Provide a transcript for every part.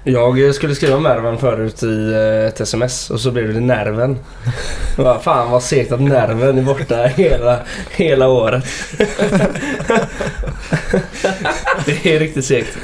Jag skulle skriva Nerven förut i ett sms och så blev det Nerven. Fan vad segt att Nerven är borta hela året. Det är riktigt segt.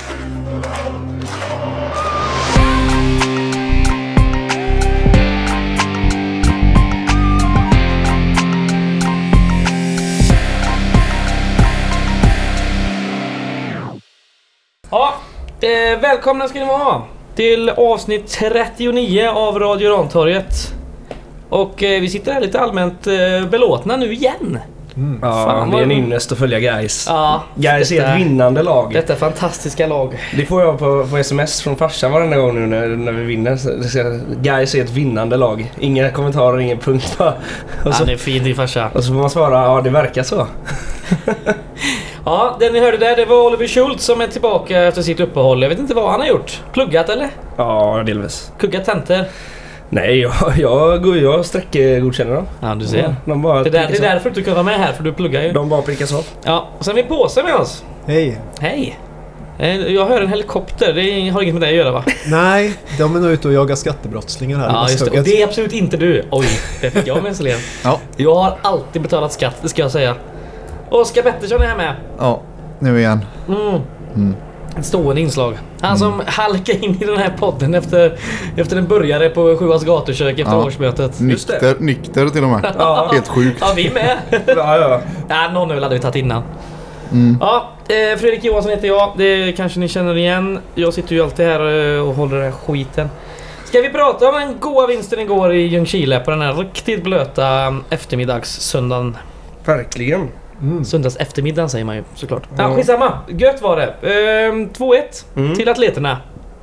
Ja, välkomna ska ni vara till avsnitt 39 av Radio Rantorget. Och vi sitter här lite allmänt belåtna nu igen. Ja, fan, det är en ynnest att följa Gais. Ja, Gais är ett vinnande lag. Detta fantastiska lag. Det får jag på sms från farsan varenda gång nu när vi vinner. Gais är ett vinnande lag. Inga kommentarer, ingen punkt. Och så, Han är fin i farsa. och så får man svara, ja det verkar så. Ja, den ni hörde där, det var Oliver Schultz som är tillbaka efter sitt uppehåll. Jag vet inte vad han har gjort. Pluggat eller? Ja, delvis. Kuggat tentor. Nej, jag sträckgodkänner dem. Ja, du ser. De bara Det är därför du kan vara med här, för du pluggar ju. De bara prickas av. Ja, och sen har vi Påse med oss. Hej. Hej. Jag hör en helikopter, det har inget med det att göra va? Nej, de är nog ute och jagar skattebrottslingar här. Ja, just det. Och det är absolut inte du. Oj, det fick jag med Selén. Ja. Jag har alltid betalat skatt, det ska jag säga. Oskar Pettersson är här med. Ja, nu igen. Ett stående inslag. Han som halkade in i den här podden efter den började på Sjuans gatukök efter årsmötet. Nykter till och med. Ja. Helt sjukt. Ja, vi med. Ja, någon öl hade vi tagit innan. Ja, Fredrik Johansson heter jag. Det kanske ni känner igen. Jag sitter ju alltid här och håller den här skiten. Ska vi prata om den goda vinsten igår i Ljungskile på den här riktigt blöta eftermiddagssöndagen? Verkligen. Söndags eftermiddagen säger man ju såklart. Ja, skitsamma. Gött var det. 2-1 till atleterna.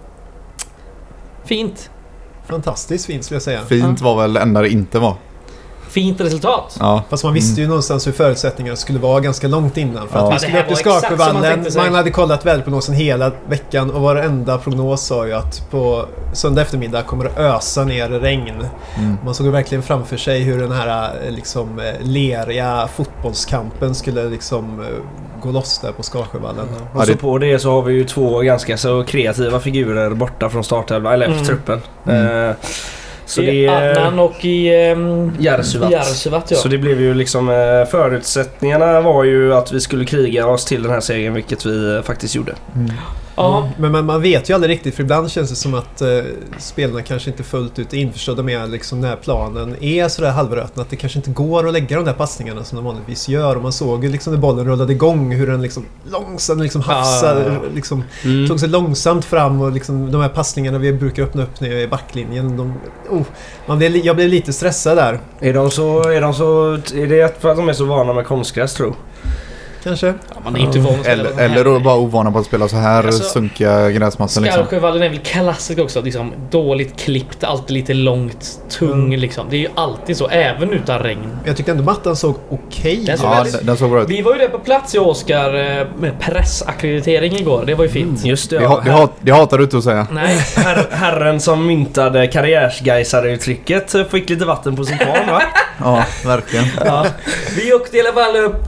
Fint. Fantastiskt fint skulle jag säga. Fint var väl enda det inte var. Fint resultat. Ja. Fast man visste ju någonstans hur förutsättningarna skulle vara ganska långt innan. För att vi det skulle här upp till var exakt som man Skarsjövallen. tänkte sig. Man hade kollat väderprognosen hela veckan och varenda prognos sa ju att på söndag eftermiddag kommer det ösa ner regn. Man såg ju verkligen framför sig hur den här liksom leriga fotbollskampen skulle liksom gå loss där på Skarsjövallen. Och så på det så har vi ju två ganska så kreativa figurer borta från startelvan eller truppen. Så I Adnan och i Järsuvat, ja. Så det blev ju liksom förutsättningarna var ju att vi skulle kriga oss till den här serien, vilket vi faktiskt gjorde. Ja. Men man vet ju aldrig riktigt, för ibland känns det som att spelarna kanske inte fullt ut är införstådda med liksom när planen är sådär halvröten, att det kanske inte går att lägga de där passningarna som de vanligtvis gör. Och man såg ju liksom när bollen rullade igång hur den liksom långsamt liksom hafsade, liksom tog sig långsamt fram, och liksom de här passningarna vi brukar öppna upp nere i backlinjen, jag blev lite stressad där. Är det för att de är så vana med konstgräs, tror jag? Kanske. Ja, man är inte van att spela Eller då bara ovana på att spela så här sunkiga gräsmattor liksom. Skarsjövallen är väl klassiskt också, liksom dåligt klippt, alltid lite långt, tung liksom. Det är ju alltid så, även utan regn. Jag tyckte ändå mattan såg okej. Den såg bra ut. Vi var ju där på plats i Oskar med pressackreditering igår, det var ju fint. Just det. Det hatar du inte att säga. Nej. Herren som myntade karriärsgeisare-uttrycket fick lite vatten på sin kvarn, va? Ja, verkligen. Ja. Vi åkte i alla fall upp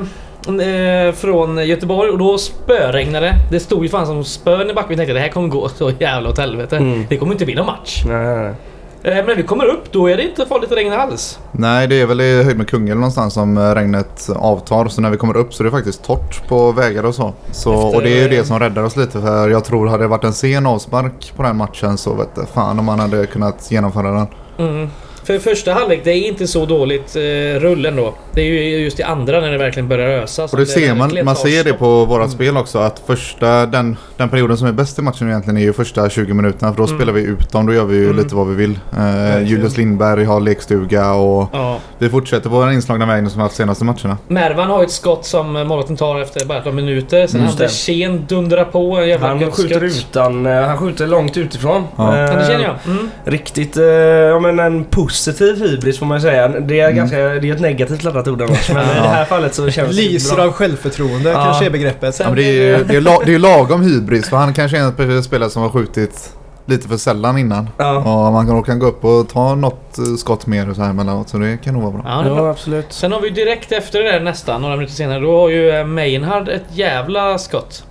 från Göteborg och då spöregnade. Det stod ju fan som spön i backen. Vi tänkte det här kommer gå så jävla åt helvete. Det kommer inte bli någon match. Nej. Men när vi kommer upp då är det inte farligt att regna alls. Nej, det är väl i höjd med Kungälv någonstans som regnet avtar. Så när vi kommer upp så är det faktiskt torrt på vägar och så. Och det är ju det som räddar oss lite. För jag tror hade det varit en sen avspark på den matchen så vet jag fan om man hade kunnat genomföra den. För första halvlek, det är inte så dåligt rullen då. Det är ju just i andra när det verkligen börjar ösa. Och det ser man ser det på våra spel också, att den perioden som är bäst i matchen egentligen är ju första 20 minuterna, för då spelar vi ut dem, då gör vi ju lite vad vi vill. Julius Lindberg har lekstuga och vi fortsätter på den inslagna vägen som vi haft senaste matcherna. Mervan har ett skott som Morten tar efter bara ett par minuter. Sen Andersén dundrar på en jävla han skjuter långt utifrån. Andersén, ja. Riktigt, men en positiv hybris får man säga. Det är ett negativt laddat ord annars, men i det här fallet så känns det lyser bra. Av självförtroende kanske är begreppet. Men det är ju lagom hybris, för han kanske är en spelare som har skjutit lite för sällan innan. Och man kan gå upp och ta något skott mer och så här mellanåt, så det kan nog vara bra. Ja, absolut. Sen har vi direkt efter det där nästan några minuter senare, då har ju Meinhard ett jävla skott.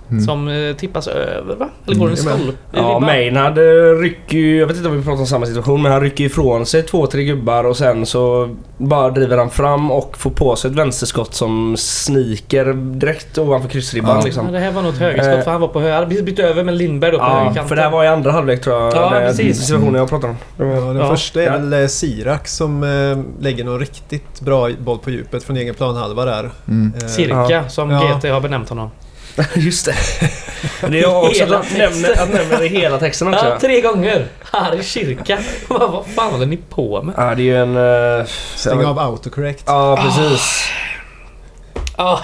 som tippas över, va? Eller går den skål? Ja, Maynard rycker ju, jag vet inte om vi pratar om samma situation, men han rycker ifrån sig 2-3 gubbar och sen så bara driver han fram och får på sig ett vänsterskott som sniker direkt ovanför kryssribban liksom. Ja, det här var nog ett högerskott för han var på höger. Han hade bytt över med Lindberg då på högerkanten. För det här var i andra halvlek tror jag. Ja, precis. Situationen jag pratar om. Ja, den första är väl Sirak som lägger någon riktigt bra boll på djupet från egen planhalva där. Cirka, som GT har benämnt honom. Just det. Det är också att nämna det i hela texten också. Ja, 3 gånger. Här i kyrka. Vad fan håller ni på med? Ja, det är ju en... Stäng av autocorrect. Ja, precis. Ja.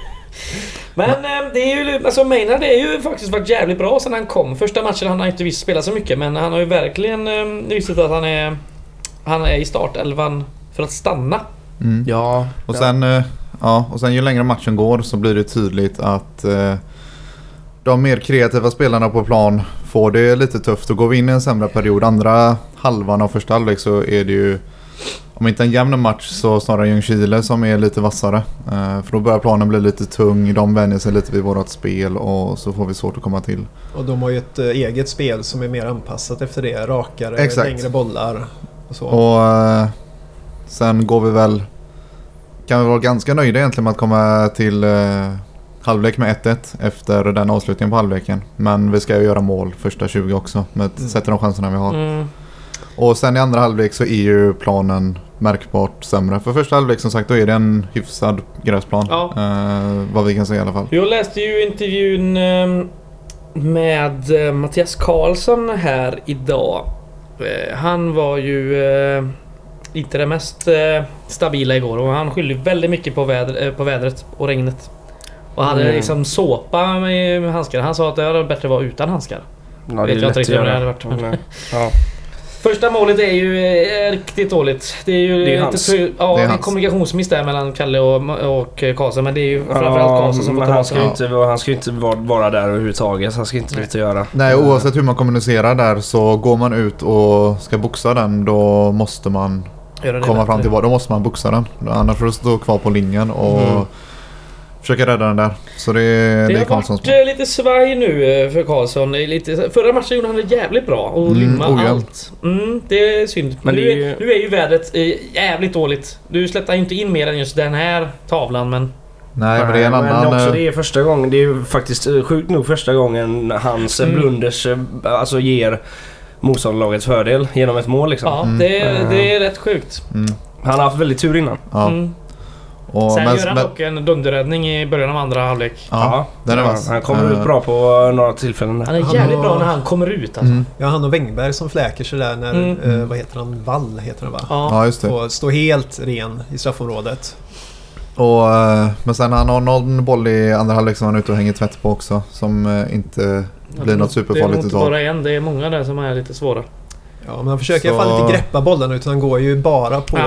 Men det är ju... Alltså Maynard är ju faktiskt varit jävligt bra sedan han kom. Första matchen han har inte visst spelat så mycket, men han har ju verkligen visat att han är i startelvan för att stanna. Ja. Och sen ju längre matchen går så blir det tydligt att de mer kreativa spelarna på plan får det lite tufft. Och går vi in i en sämre period, andra halvan av första halvlek, så är det ju, om inte en jämn match, så snarare Ljungskile som är lite vassare. För då börjar planen bli lite tung, de vänjer sig lite vid vårat spel och så får vi svårt att komma till. Och de har ju ett eget spel som är mer anpassat efter det, rakare, längre bollar och så. Och sen går vi väl, kan vi vara ganska nöjda egentligen med att komma till halvlek med 1-1 efter den avslutningen på halvleken. Men vi ska ju göra mål första 20 också med sätta de chanserna vi har. Och sen i andra halvlek så är ju planen märkbart sämre. För första halvlek som sagt, då är det en hyfsad gräsplan. Ja. Vad vi kan säga i alla fall. Jag läste ju intervjun med Mattias Karlsson här idag. Han var ju inte det mest stabila igår och han skyllde väldigt mycket på vädret och regnet. Och hade liksom såpa med handskar. Han sa att det hade bättre att vara utan handskar. Ja, det vet jag inte riktigt om det hade varit. Ja. Första målet är ju riktigt dåligt. Det är ju en kommunikationsmiss där mellan Kalle och Karlsson, men det är ju framförallt Karlsson som får ta han ska ju inte vara där överhuvudtaget. Han ska inte lite göra. Nej, oavsett hur man kommunicerar där, så går man ut och ska boxa den, då måste man komma fram till då måste man boxa den. Annars får du stå kvar på linjen och försöka rädda den där. Så det är Karlssons mål. Det har varit lite svaj nu för Karlsson. Förra matchen gjorde han det jävligt bra och limma allt. Det är synd. Men nu är ju vädret jävligt dåligt. Du släppte inte in mer än just den här tavlan, men... Nej, men det är en annan... Men också det är första gången, det är ju faktiskt sjukt nog första gången hans blunders alltså ger motståndarlagets fördel genom ett mål liksom. Ja, det är rätt sjukt. Han har haft väldigt tur innan. Ja. Och sen gör han dock en dunderräddning i början av andra halvlek. Ja, den är han kommer ut bra på några tillfällen. Han är jävligt bra när han kommer ut alltså. Ja, han och Wängberg som fläker sig där när vad heter han? Wall heter han, va? Ja, just det. Får stå helt ren i straffområdet. Och men sen han har någon boll i andra halvlek som han är ute och hänger tvätt på också, som inte blir något superfarligt. Det är inte bara en, det är många där som är lite svåra. Ja, men han försöker i alla fall inte greppa bollen, utan han går ju bara på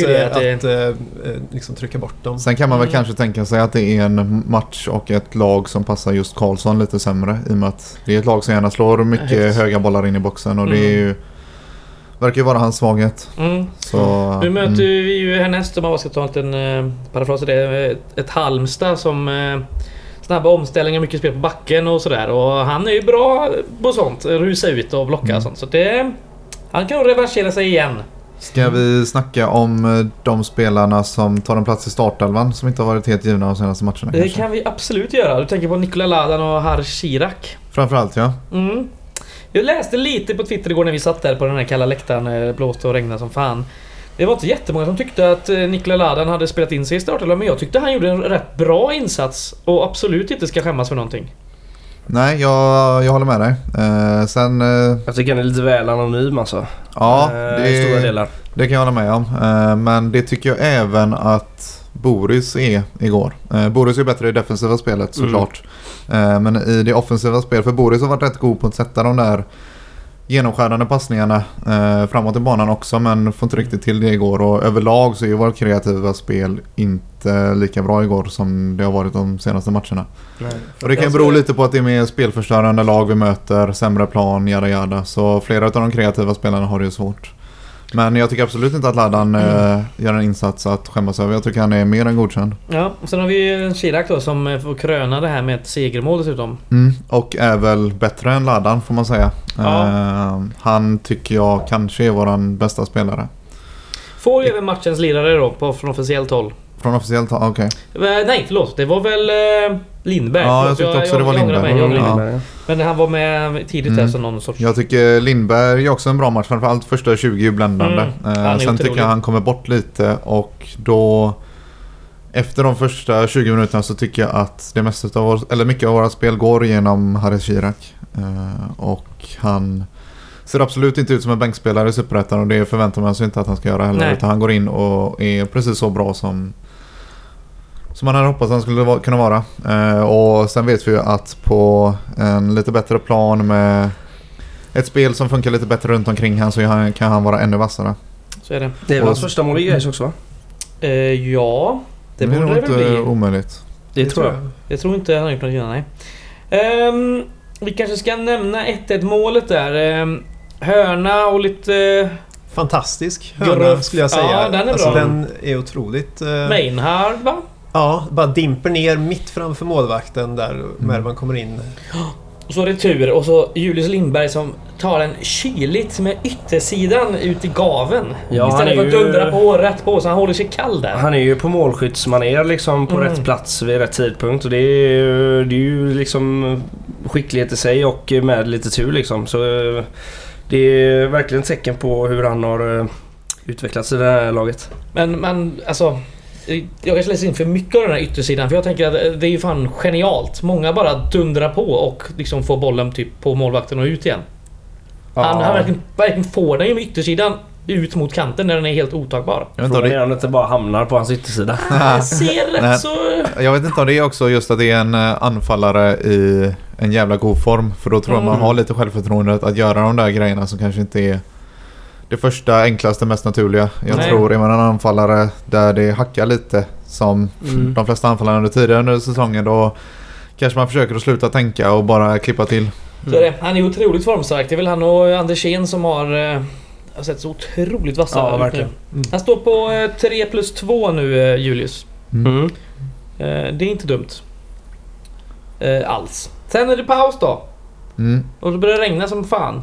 att liksom trycka bort dem. Sen kan man väl kanske tänka sig att det är en match och ett lag som passar just Karlsson lite sämre, i och med att det är ett lag som gärna slår mycket höga bollar in i boxen, och det är ju, verkar ju vara hans svaghet. Så, nu möter vi ju härnäst, om man ska ta en liten parafras, det är ett Halmstad som snabba omställningar, mycket spel på backen och sådär, och han är ju bra på sånt, rusa ut och blocka och sånt, så det... Han kan nog revanschera sig igen. Ska vi snacka om de spelarna som tar en plats i startelvan som inte har varit helt givna de senaste matcherna? Det kan vi absolut göra. Du tänker på Nikola Ladan och Har Sirak. Framförallt, ja. Jag läste lite på Twitter igår när vi satt där på den här kalla läktaren, blåste och regnade som fan. Det var inte jättemånga som tyckte att Nikola Ladan hade spelat in sig i startelvan, men jag tyckte han gjorde en rätt bra insats och absolut inte ska skämmas för någonting. Nej, jag håller med dig. Sen... jag tycker han är lite väl anonym alltså. Ja, i stora delar. Det kan jag hålla med om. Men det tycker jag även att Boris är igår. Boris är bättre i defensiva spelet såklart. Men i det offensiva spelet, för Boris har varit rätt god på att sätta de där genomskärande passningarna framåt i banan också, men får inte riktigt till det igår, och överlag så är ju vårt kreativa spel inte lika bra igår som det har varit de senaste matcherna. Nej. Och det kan bero lite på att det är mer spelförstörande lag vi möter, sämre plan, jada, så flera av de kreativa spelarna har det ju svårt. Men jag tycker absolut inte att Ladan gör en insats att skämmas över. Jag tycker han är mer än godkänd. Ja, och sen har vi Chirac då som får kröna det här med ett segermål dessutom. Och är väl bättre än Ladan får man säga. Han tycker jag kanske är våran bästa spelare. Får ju även matchens lirare då från officiellt håll. Från officiellt håll, okej. Nej, förlåt. Det var väl Lindberg. Ja, jag tyckte också det var Lindberg. Men han var med tidigt där som någon sorts... Jag tycker Lindberg är också en bra match. Framförallt första 20 är bländande. Sen tycker jag han kommer bort lite. Och då... Efter de första 20 minuterna så tycker jag att det mesta av mycket av våra spel går genom Haris Chirac. Och han ser absolut inte ut som en bänkspelare i Superettan. Och det förväntar man sig inte att han ska göra heller. Utan han går in och är precis så bra som man hade hoppats han skulle kunna vara. Och sen vet vi ju att på en lite bättre plan med ett spel som funkar lite bättre runt omkring han, så kan han vara ännu vassare. Så är det. Det är väl hans första mål i Gais också, va? Ja, det borde det väl bli. Omöjligt. Det tror jag. Jag tror inte han har gjort något innan, nej. Vi kanske ska nämna 1-1 målet där. Hörna och lite... Fantastisk hörna skulle jag säga. Ja, den är alltså, bra. Den är otroligt... Meinhard, va? Ja, bara dimper ner mitt framför målvakten där när man kommer in. Och så retur och så Julius Lindberg som tar en kyligt med yttersidan ut i gaven. Ja, istället för att dundra på rätt på så han håller sig kall där. Han är ju på målskyttsmanér liksom på rätt plats vid rätt tidpunkt. Och det är ju liksom skicklighet i sig och med lite tur liksom. Så det är verkligen ett tecken på hur han har utvecklats i det här laget. Men alltså... Jag kanske läser in för mycket av den här yttersidan, för jag tänker att det är ju fan genialt. Många bara dundrar på och liksom får bollen typ på målvakten och ut igen. Han verkligen får den ju med yttersidan ut mot kanten när den är helt otagbar. Frågan är om det inte bara hamnar på hans yttersida. Jag ser rätt så... Jag vet inte om det är också just att det är en anfallare i en jävla god form. För då tror jag man har lite självförtroendet att göra de där grejerna som kanske inte är det första, enklaste, mest naturliga. Jag tror är man en anfallare där det hackar lite som de flesta anfallare under tidigare under säsongen, då kanske man försöker att sluta tänka och bara klippa till. Så det, han är otroligt formstark. Det är väl han och Andersén som har sett så otroligt vassa. Ja, verkligen. Han står på 3+2 nu, Julius. Det är inte dumt. Alls. Sen är det paus då. Och då börjar det regna som fan.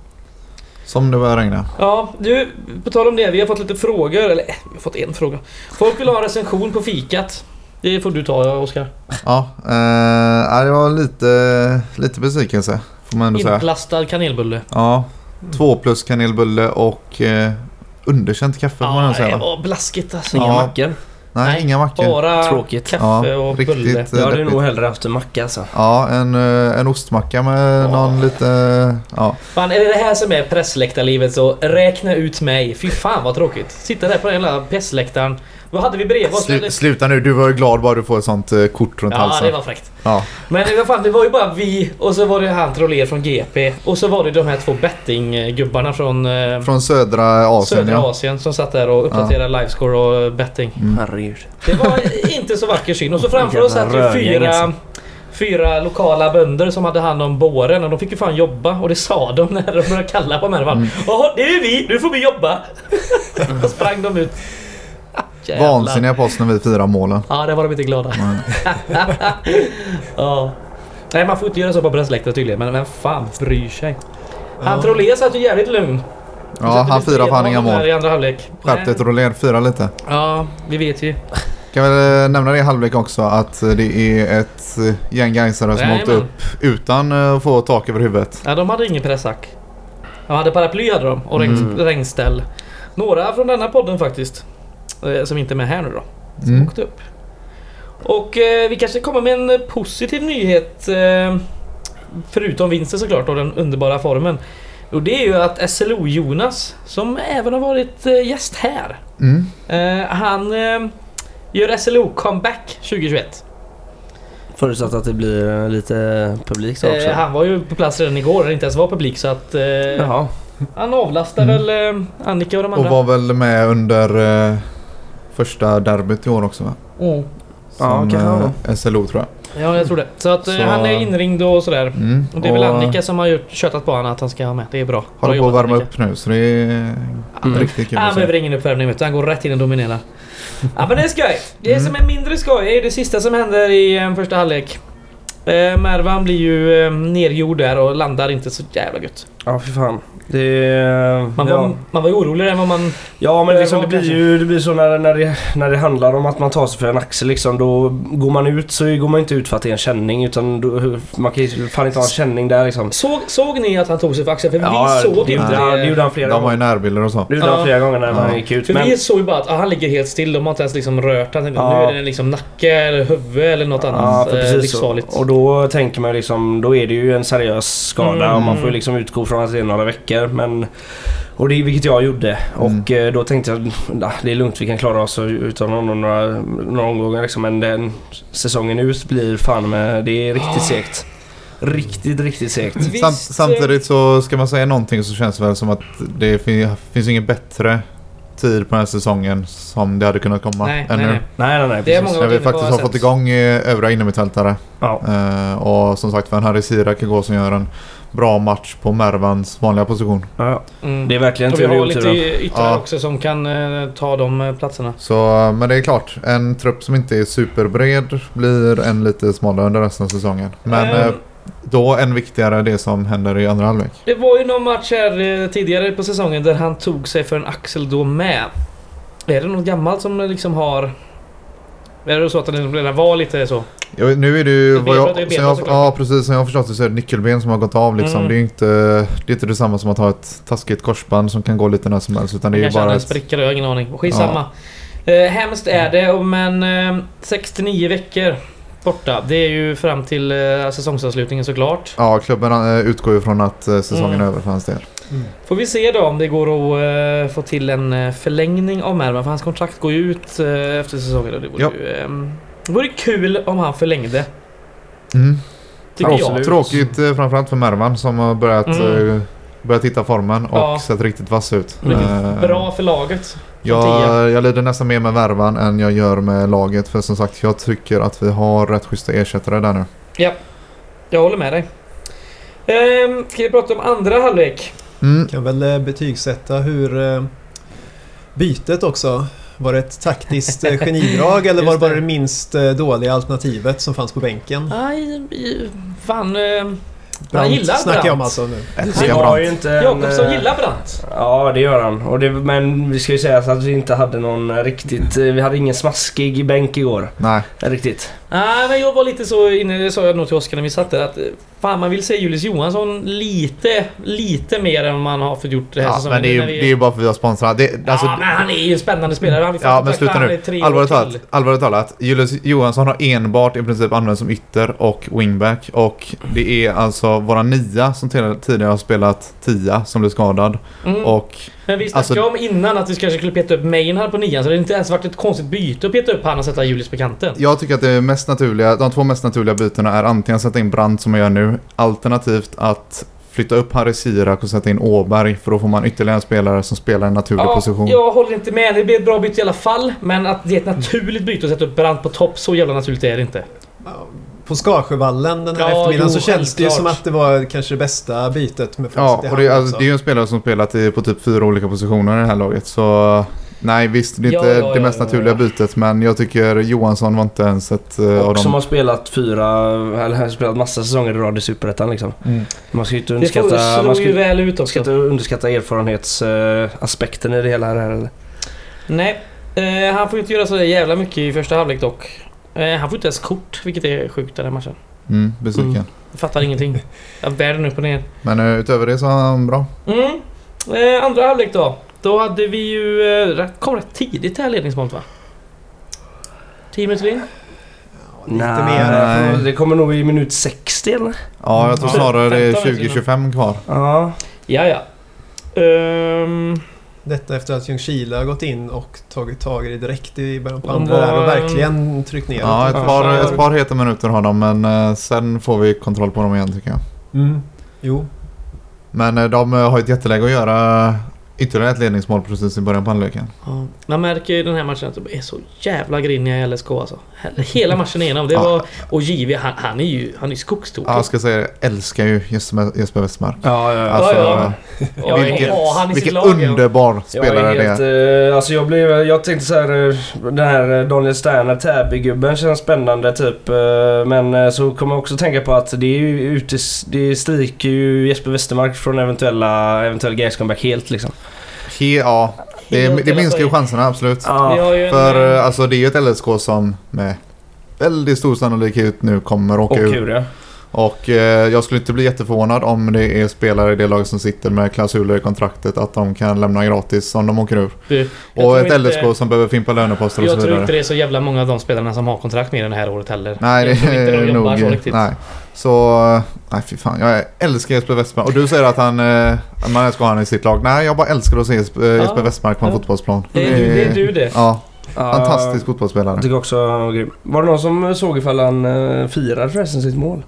Som det börjar regna. Ja, du, på tal om det, vi har fått lite frågor. Eller, vi har fått en fråga. Folk vill ha en recension på fikat. Det får du ta, Oskar. Ja, det var lite besvikelse, får man ändå säga. Inplastad kanelbulle. Ja, 2+ kanelbulle och underkänt kaffe, får man ändå säga. Ja, det var blaskigt alltså. Inga mackor. Nej, inga mackor. Bara tråkigt. Kaffe och bulle. Jag hade nog hellre haft en macka alltså. Ja, en ostmacka med någon lite... Ja. Fan, är det här som är pressläktarlivet, så räkna ut mig. Fy fan vad tråkigt. Sitta där på den jävla pressläktaren. Vad hade vi bredvid oss? Sluta nu, du var ju glad bara du får ett sånt kort runt halsen. Ja, det var fräckt. Ja. Men det var ju bara vi, och så var det han Troller från GP, och så var det de här 2 bettinggubbarna från södra Asien som satt där och uppdaterade livescore och betting. Herregud. Det var inte så vacker syn. Och så framför oss satt ju 4 lokala bönder som hade hand om båren, och de fick ju fan jobba, och det sa de när de började kalla på Mervan. Jaha, det är vi, nu får vi jobba. Då sprang de ut. Vansinniga post när vi firar målen. Ja, det var de inte glada. Ja. Nej, man får inte göra så på pressläktare tydligen. Men vem fan bryr sig? Han Troller satt ju jävligt lugn. Ja, han firar fan inga mål. I andra halvlek. Skärpte Troller, fira lite. Ja, vi vet ju. Kan väl nämna det i halvlek också, att det är ett gäng gangsare som åkte upp utan att få tak över huvudet. Ja, de hade ingen pressack. De hade paraply hade de, och regnställ. Några från denna podden faktiskt, som inte är med här nu då, som åkte upp. Och vi kanske kommer med en positiv nyhet, förutom vinsten såklart och den underbara formen. Och det är ju att SLO Jonas, som även har varit gäst här, han gör SLO comeback 2021. Förutsatt att det blir lite publik så också. Han var ju på plats redan igår, det inte ens var publik, så att han avlastar väl Annika och de andra. Och var väl med under första derbyt i år också, va? Ja, som SLO tror jag. Ja, jag tror det. Så att han är inringd och sådär. Och det är väl Annika som har köttat på honom att han ska ha med. Det är bra. Håller på att värma upp nu, så det är riktigt kul. Han behöver ingen uppvärmning, han går rätt in och dominerar. Ja, men det är skoj. Det som är mindre skoj är det sista som händer i första halvlek. Mervan blir ju nergjord där och landar inte så jävla gött. Ja, för fan. Man var ju orolig än vad man... Ja, men liksom, det blir så när det handlar om att man tar sig för en axel liksom, då går man ut så går man inte ut för att det är en känning, utan då, man kan ju fan inte ha en känning där liksom. Såg ni att han tog sig för axeln? För vi såg inte det. Det gjorde han flera gånger. De har ju närbilder och så. Det gjorde han flera gånger när man gick ut. För vi såg ju bara att han ligger helt still. De har inte ens liksom rört han. Nu är det liksom nacke eller huvud eller något annat livsfarligt. Och då tänker man liksom, då är det ju en seriös skada och man får liksom utgå från att det är några veckor. Men, och det är vilket jag gjorde. Och då tänkte jag, det är lugnt, vi kan klara oss utan några omgångar liksom. Men den säsongen ut blir fan med, det är riktigt segt. Riktigt segt. Samtidigt så ska man säga någonting, så känns det väl som att det finns ingen bättre tid på den här säsongen som det hade kunnat komma. Nej. Det är många. När vi faktiskt har fått igång övriga innermittfältare. Och som sagt, för en Harry Sira kan gå som gör en bra match på Mervans vanliga position. Det är verkligen tur. Vi har lite yttre också som kan ta de platserna. Så, men det är klart, en trupp som inte är superbred blir en lite smalare under resten av säsongen. Men då än viktigare det som händer i andra halvlek. Det var ju någon match här tidigare på säsongen där han tog sig för en axel då med. Är det något gammalt som liksom har... Är det så att den redan var lite så? Ja, nu är det ju precis som jag har förstått det, så är det nyckelben som har gått av liksom. Det är inte detsamma som att ha ett taskigt korsband som kan gå lite när som helst, utan det är bara en spricka, jag har ingen aning. Skitsamma. Hemskt är det, men 69 veckor borta. Det är ju fram till säsongsavslutningen såklart. Ja, klubben utgår ju från att säsongen är över för hans del. Får vi se då om det går att få till en förlängning av Mervan, för hans kontrakt går ju ut efter säsongen. Och det vore kul om han förlängde. Tycker jag. Tråkigt framförallt för Mervan som har börjat hitta formen och sett riktigt vass ut. Bra för laget. Jag lider nästan mer med Mervan än jag gör med laget, för som sagt, jag tycker att vi har rätt schyssta ersättare där nu. Ja, jag håller med dig. Ska vi prata om andra halvlek? Kan väl betygsätta hur bytet också. Var det ett taktiskt genidrag eller var det bara det minst dåliga alternativet som fanns på bänken? Nej, fan... Brandt gillar snackar jag om Brandt. alltså nu. Det var ju inte Jakobsson gillar Brandt. Ja, det gör han. Men vi ska ju säga så att vi inte hade någon riktigt... Vi hade ingen smaskig bänk igår. Nej. Riktigt. Nej, men jag var lite så inne, det sa jag nog till Oskar när vi satt där, att fan, man vill se Julius Johansson lite mer än man har för gjort det här säsongen. Men det är ju bara för att vi har sponsrat. Men han är ju en spännande spelare. Men sluta nu. Allvarligt talat. Julius Johansson har enbart i princip använts som ytter och wingback. Och det är alltså våra 9 som tidigare har spelat 10 som blev skadad. Och men vi snackade om innan att vi kanske skulle peta upp Main här på 9, så det har inte ens varit ett konstigt byte att peta upp han och sätta Julius på kanten. Jag tycker att de 2 mest naturliga bytena är antingen att sätta in Brandt som jag gör nu, alternativt att flytta upp Harry Sirak och sätta in Åberg, för då får man ytterligare en spelare som spelar en naturlig position. Jag håller inte med, det blir ett bra byte i alla fall, men att det är ett naturligt byte att sätta upp Brandt på topp, så jävla naturligt är det inte. På Skarsjövallen den här eftermiddagen så känns det ju som att det var kanske det bästa bytet med och det är ju en spelare som spelat på typ 4 olika positioner i det här laget, så nej visst, det är inte det mest naturliga bytet, men jag tycker Johansson var inte ens ett av dem som har spelat 4 eller har spelat massa säsonger i rad i Superettan liksom. Man ska ju inte underskatta underskatta erfarenhetsaspekten i det hela här eller? Nej, han får inte göra så jävla mycket i första halvlek dock. Han får inte ens kort, vilket är sjukt den här matchen. Besviken. Jag fattar ingenting. Jag bär upp och ner. Men utöver det så är han bra. Andra halvlek då. Då hade vi ju kom rätt tidigt det här ledningsmålet, va? 10 minuter in? Lite mer. Det kommer nog i minut 60 eller? Ja, jag tror snarare det är 20-25 kvar. Ja. Detta efter att Ljungskile har gått in och tagit tag i det direkt i början på andra där och verkligen tryckt ner. Ja, ett par heta minuter har de, men sen får vi kontroll på dem igen tycker jag. Jo. Men de har ett jätteläge att göra ytterligare ett ledningsmål precis i början på halvleken. Ja. Man märker ju den här matchen att de är så jävla griniga i LSK alltså. Hela matchen igenom. Det var, och JV, han är ju skogstokig. Ja, jag ska säga jag älskar ju Jesper Westmark. Ja. Alltså, vilken underbar spelare det är. Alltså jag tänkte så här, den här Daniel Sterner Täby-gubben känns spännande typ. Men så kommer jag också tänka på att det stryker ju Jesper Westermark från eventuell Gais-comeback helt liksom. Ja, det minskar ju chanserna absolut. Ja. För alltså det är ju ett LSK som med väldigt stor sannolikhet nu kommer åka ur. Och jag skulle inte bli jätteförvånad om det är spelare i det laget som sitter med klausuler i kontraktet att de kan lämna gratis om de åker ur. Och ett LSK som behöver fimpa löneposter och så vidare. Jag tror inte det är så jävla många av de spelarna som har kontrakt med den här året heller. Nej, det är nog nej. Så, nej fy fan, jag älskar Jesper Westmark. Och du säger att man ska ha han i sitt lag. Nej, jag bara älskar att se Jesper Westmark på en fotbollsplan. Det är du det. Ja, fantastisk fotbollsspelare. Jag tycker också var det någon som såg ifall han firade förresten sitt mål?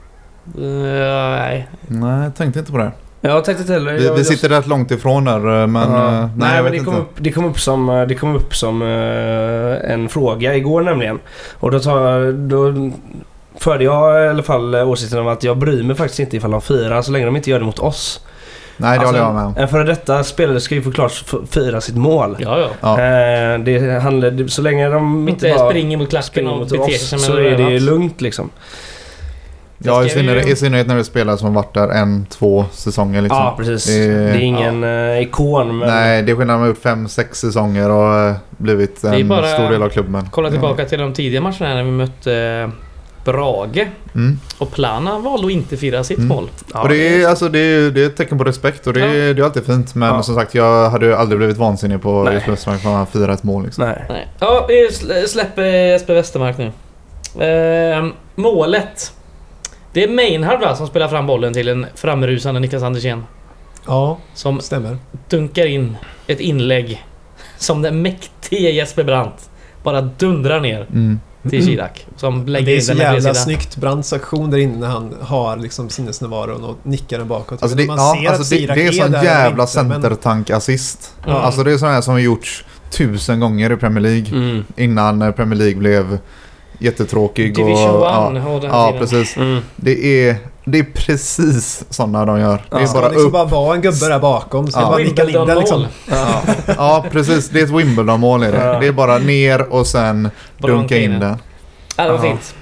Nej, jag tänkte inte på det. Jag tänkte inte heller. Vi sitter rätt långt ifrån där, men nej, men det kom upp som en fråga igår nämligen. Och då förde jag i alla fall åsikten om att jag bryr mig faktiskt inte ifall de firar så länge de inte gör det mot oss. Nej, det håller jag med om. En före detta spelare ska ju förklart fira sitt mål. Ja. Det handlar så länge de inte springer mot klacken och beter sig så är det lugnt liksom. Ja, i synnerhet när det spelar som varit där 1-2 säsonger liksom. Ja, precis. Det är ingen ikon. Men... Nej, det är skillnad. Man har gjort 5-6 säsonger och blivit en stor del av klubben. Kolla tillbaka till de tidiga matcherna när vi mötte Brage. Och Plana valde att inte fira sitt mål. Ja, och det är ett tecken på respekt och det är alltid fint. Men som sagt, jag hade ju aldrig blivit vansinnig på Jesper Westermark för att fira ett mål liksom. Nej. Ja, vi släpper Jesper Westermark nu. Målet. Det är Meinhard som spelar fram bollen till en framrusande Niklas Andersén. Ja, som stämmer. Dunkar in ett inlägg som den mäktiga Jesper Brandt bara dundrar ner till Chirac. Som lägger det är in så den jävla snyggt Brandts aktion där inne när han har liksom sinnesnärvaron och nickar den bakåt. Alltså det är sån jävla centertank-assist. Ja. Alltså det är sån här som har gjorts 1000 gånger i Premier League innan Premier League blev jättetråkig. Division 1. Ja, precis. Det är precis sådana de gör. Det är bara det ska bara vara en gubbe där bakom. Så bara nicka in den liksom. Ja, precis. Det är ett Wimbledon-mål i det. Det är bara ner och sen dunka in den. Ja, det var fint.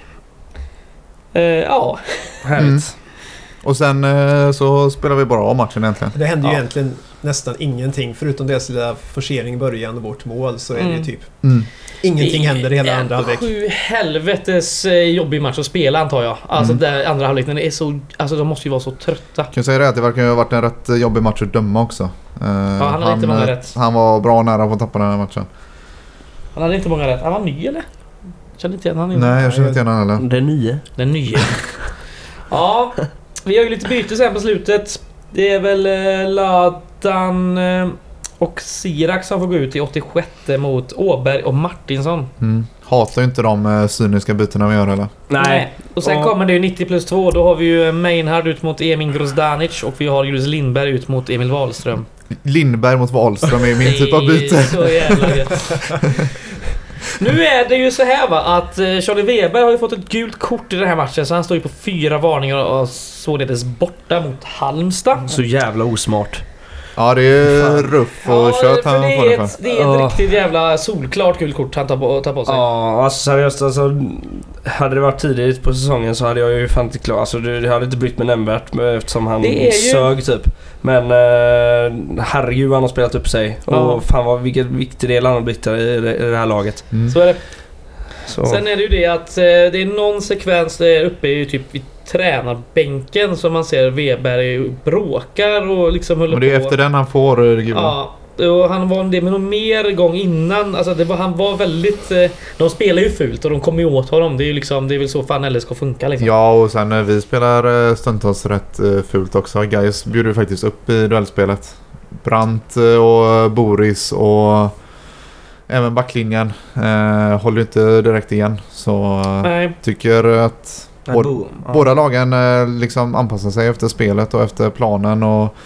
Ja. Härligt. Och sen så spelar vi bara av matchen egentligen. Det händer ju egentligen nästan ingenting. Förutom deras lilla forcering i början och vårt mål så är det ju typ ingenting händer i hela andra halvlek. 7 helvetes jobbig match att spela antar jag. Alltså där andra halvleken är så, alltså de måste ju vara så trötta. Kan jag säga det att det verkar ha varit en rätt jobbig match att döma också. Han hade inte många rätt. Han var bra nära på att tappa den här matchen. Han hade inte många rätt. Han var ny eller? Kände inte igen han. Nej, jag känner inte igen han heller. Den nya. Ja, vi har ju lite byte sen på slutet. Det är väl Ladan och Sirac som får gå ut i 86 mot Åberg och Martinsson. Hatar ju inte de cyniska bytena vi gör eller? Nej. Och sen kommer det ju 90+2. Då har vi ju Meinhard ut mot Emin Grozdanic och vi har Julius Lindberg ut mot Emil Wahlström. Lindberg mot Wahlström är min typ av byte. Så jävla gött. Nu är det ju så här va, att Charlie Weber har ju fått ett gult kort i den här matchen, så han står ju på 4 varningar och således borta mot Halmstad. Så jävla osmart. Ja, det är ruff och kött han får det för. Det är ett riktigt jävla solklart gult kort han tar på sig. Ja, alltså seriöst, alltså, hade det varit tidigt på säsongen så hade jag ju fan inte klart. Alltså det hade inte brytt mig nämnvärt eftersom han sög typ. Men herregud, han har spelat upp sig. Och fan vilken viktig del han har blivit i det här laget. Så är det. Så. Sen är det ju det att det är någon sekvens där uppe i typ i tränarbänken som man ser Weber bråkar och liksom håller på. Och det är efter den han får gula. Ja, och han var det med någon mer gång innan. Alltså han var väldigt de spelar ju fult och de kommer ju åt honom. Det är ju liksom, det är väl så fan eller ska funka liksom. Ja, och sen vi spelar stundtals rätt fult också. Gais bjuder faktiskt upp i duellspelet. Brandt och Boris och även backlinjen håller inte direkt igen. Så tycker att båda lagen liksom anpassar sig efter spelet och efter planen och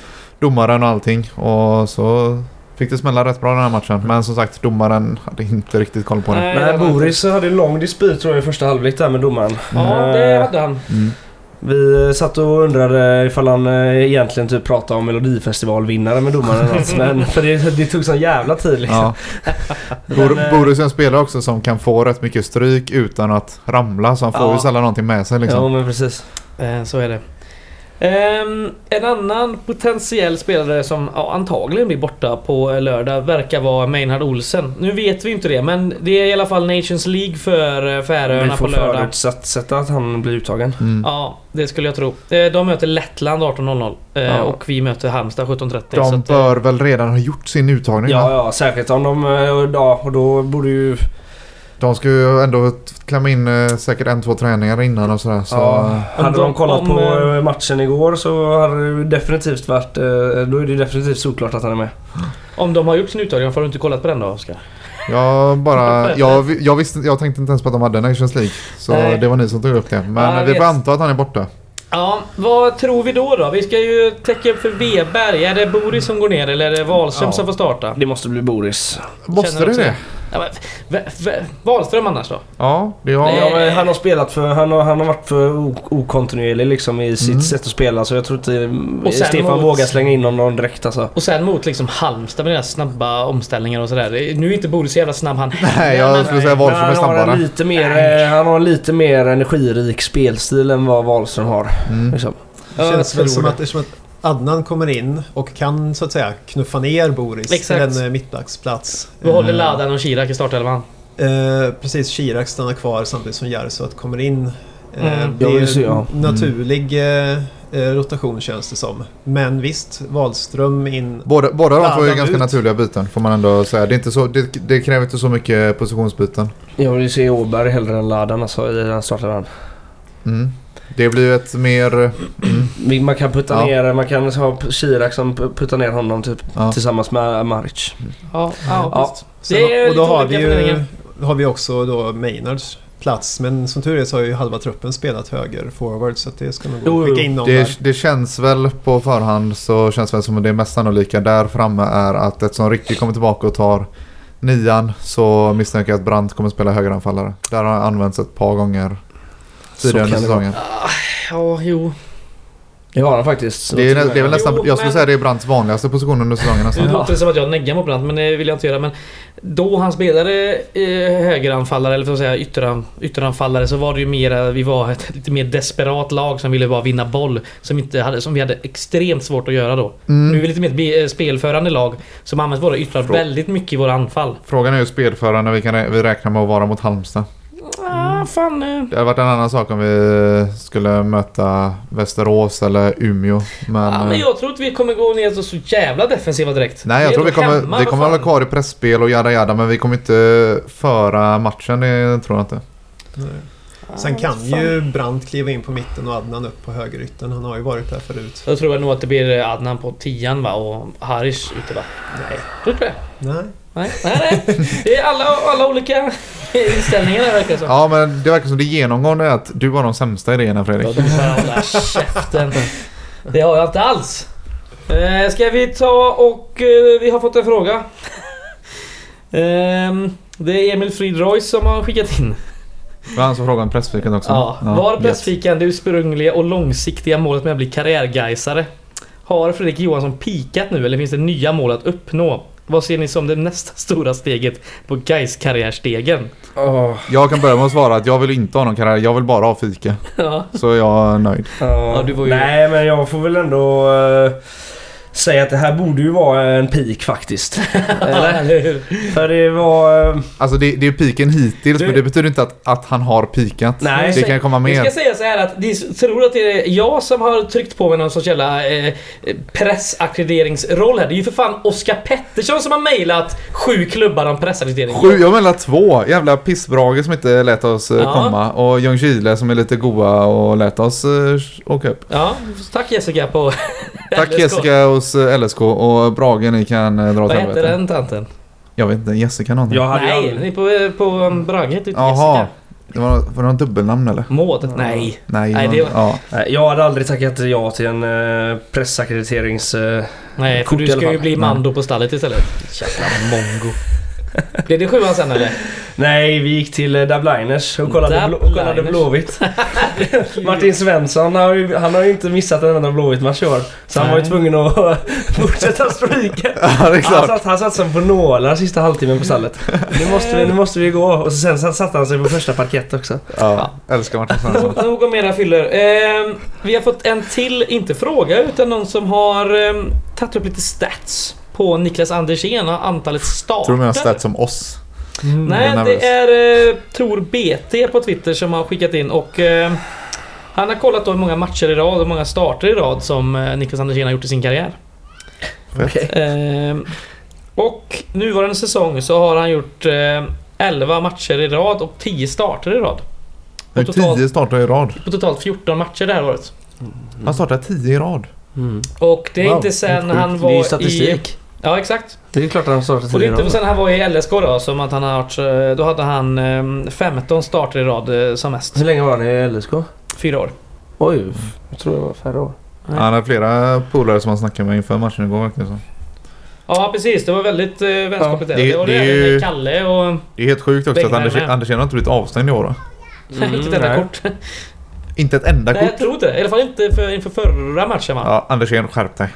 domaren och allting. Och så fick det smälla rätt bra den här matchen. Men som sagt, domaren hade inte riktigt koll på det. Nej, Boris hade lång dispyt tror jag i första halvlek där med domaren. Ja, det hade han. Vi satt och undrade ifall han egentligen typ pratade om Melodifestivalvinnare med domaren. Alltså, men för det tog sån jävla tid liksom. Ja. Boris är en spelare också som kan få rätt mycket stryk utan att ramla. Så han får ju sällan någonting med sig liksom. Ja, men precis. Så är det. En annan potentiell spelare som antagligen blir borta på lördag verkar vara Maynard Olsen. Nu vet vi inte det, men det är i alla fall Nations League för Färöarna på lördag. Vi får förutsätta att han blir uttagen. Ja, det skulle jag tro. De möter Lettland 18.00 och vi möter Halmstad 17.30. De bör väl redan ha gjort sin uttagning? Ja, säkert om de... och då borde ju... De ska ju ändå klämma in säkert 1-2 träningar innan och sådär. Så... Ja, hade de kollat på matchen igår så hade det definitivt varit... Då är det definitivt såklart att han är med. Om de har gjort sin uttagning, får du inte kollat på den då, Oskar? Jag tänkte inte ens på att de hade Nations League. Så det var ni som tog upp det. Men vi får anta att han är borta. Ja, vad tror vi då? Vi ska ju täcka upp för Weberg. Är det Boris som går ner eller är det Wahlström som får starta? Det måste bli Boris. Måste det? Ja, Wahlström annars då? Ja, det har... Ja, han har spelat för... Han har varit för okontinuerlig liksom i sitt sätt att spela. Så jag tror inte Stefan vågar slänga in någon direkt alltså. Och sen mot liksom Halmstad med deras snabba omställningar och sådär. Nu är inte Boris så jävla snabb han. Nej, jag skulle säga Wahlström är snabbare. Han har lite mer energirik spelstil än vad Wahlström har. Liksom. Det känns väl som att Adnan kommer in och kan så att säga knuffa ner Boris till en mittbacksplats. Då håller Ladan och Chirac i startelvan. Precis, Chirac stannar kvar samtidigt som Järvsö kommer in. Det är ju naturlig rotation känns det som. Men visst, Wahlström in... Båda de får ju ganska naturliga byten får man ändå säga. Det är inte så, det kräver inte så mycket positionsbyten. Jag vill se Åberg hellre än Ladan alltså, i den startelvan. Det blir ju ett mer... Man kan putta ner, man kan ha Chirac som puttar ner honom typ tillsammans med Maric. Ja. Sen, och då har vi också då Maynards plats, men som tur är så har ju halva truppen spelat höger forward så att det ska nog gå skicka in någon där. Det känns väl på förhand så känns väl som det mest sannolika där framme är att ett som Ricky kommer tillbaka och tar 9 så misstänker jag att Brandt kommer spela högeranfallare. Där har använts ett par gånger tidigare under säsongen. Det har han faktiskt. Det är väl nästan, jag skulle säga det är Brandts vanligaste position under säsongen. Det låter som att jag neggar mot Brandt, men det vill jag inte göra. Men då han spelade högeranfallare, eller för att säga ytteranfallare, så var det ju mer, vi var ett lite mer desperat lag som ville bara vinna boll, som vi hade extremt svårt att göra då. Nu är vi lite mer spelförande lag som använder våra yttrar väldigt mycket i våra anfall. Frågan är ju spelförande vi räknar med att vara mot Halmstad. Det hade varit en annan sak om vi skulle möta Västerås eller Umeå. Men jag tror inte vi kommer gå ner så jävla defensiva direkt. Nej, jag tror vi kommer hålla kvar i pressspel och jada, men vi kommer inte föra matchen, det tror jag inte. Nej. Sen kan ju Brandt kliva in på mitten och Adnan upp på högerytten. Han har ju varit där förut. Jag tror nog att det blir Adnan på 10 va, och Harish ute va? Nej, tror du det? Nej. Det är alla olika inställningar där verkar så. Ja, men det verkar som det genomgående är att du har de sämsta idéerna, Fredrik. Ja, du får hålla käften. Det har jag inte alls. Ska vi ta och vi har fått en fråga. Det är Emil Fridroys som har skickat in. Var han som frågade om pressfikan också? Ja. Var pressfikan det ursprungliga och långsiktiga målet med att bli karriärgeisare? Har Fredrik Johansson pikat nu eller finns det nya mål att uppnå? Vad ser ni som det nästa stora steget på Gais karriärstegen? Jag kan börja med att svara att jag vill inte ha någon karriär. Jag vill bara ha fika. Så jag är nöjd. Nej, men jag får väl ändå säga att det här borde ju vara en peak faktiskt. Eller? För det var... Alltså det är piken hittills, men det betyder inte att han har pikat. Nej, det kan komma med. Jag ska säga så här att de tror att det är jag som har tryckt på med någon sorts jävla pressackrederingsroll här. Det är ju för fan Oskar Pettersson som har mejlat 7 klubbar om pressackreditering. 7? Jag menar 2. Jävla pissbrage som inte lät oss komma. Och Ljungskile som är lite goa och lät oss åka upp. Ja, tack Jessica på tack LSK. Jessica hos LSK och Brage ni kan dra till helvete. Vad heter den tanten? Jag vet inte, Jessica någonting. Nej, ni på Brage heter inte Jessica. Det var någon dubbelnamn eller? Maud? Nej. Nej, det var... ja. Jag hade aldrig tackat ja till en pressackrediterings... Nej, för du ska ju bli Mando på stallet istället. Jävla mongo. Blev det 7an sen eller? Nej, vi gick till Davliners och kollade Blåvitt. Martin Svensson han har ju inte missat en enda Blåvitt-match i år. Så han var ju tvungen att fortsätta stryka. Ja, det är klart. Han satt som på nålar sista halvtimmen på stallet. Nu måste vi gå. Och sen satte han sig på första parkett också. Ja, älskar Martin Svensson. Nog om mera fyller. Vi har fått en till, inte fråga, utan någon som har tagit upp lite stats på Niklas Andersén och antalet starter. Tror du menar stats som oss? Nej, det är Tor BT på Twitter som har skickat in och han har kollat då hur många matcher i rad och många starter i rad som Niklas Andersén har gjort i sin karriär. Okay. Och nuvarande säsong så har han gjort 11 matcher i rad och 10 starter i rad. 10 starter i rad? På totalt 14 matcher det här året. Han startade 10 i rad. Och det är inte sen han var det är statistik. Ja, exakt. Det är klart att han startade. Och det är inte sen han var i LSK då, som att han har varit, då hade han 15 starter i rad som mest. Hur länge var han i LSK? 4 år. Oj, jag tror det var färre år. Ja, han har flera polare som han snackade med inför matchen igår verkligen så. Ja, precis. Det var väldigt vänskapligt. Ja, det var det ju, Kalle och... Det är helt sjukt också att Andersén har inte blivit avstängd i år då. Nej, inte ett enda kort. Inte ett enda kort? Nej, jag tror inte det. I alla fall inte inför förra matchen, va? Ja, Andersén, skärp dig.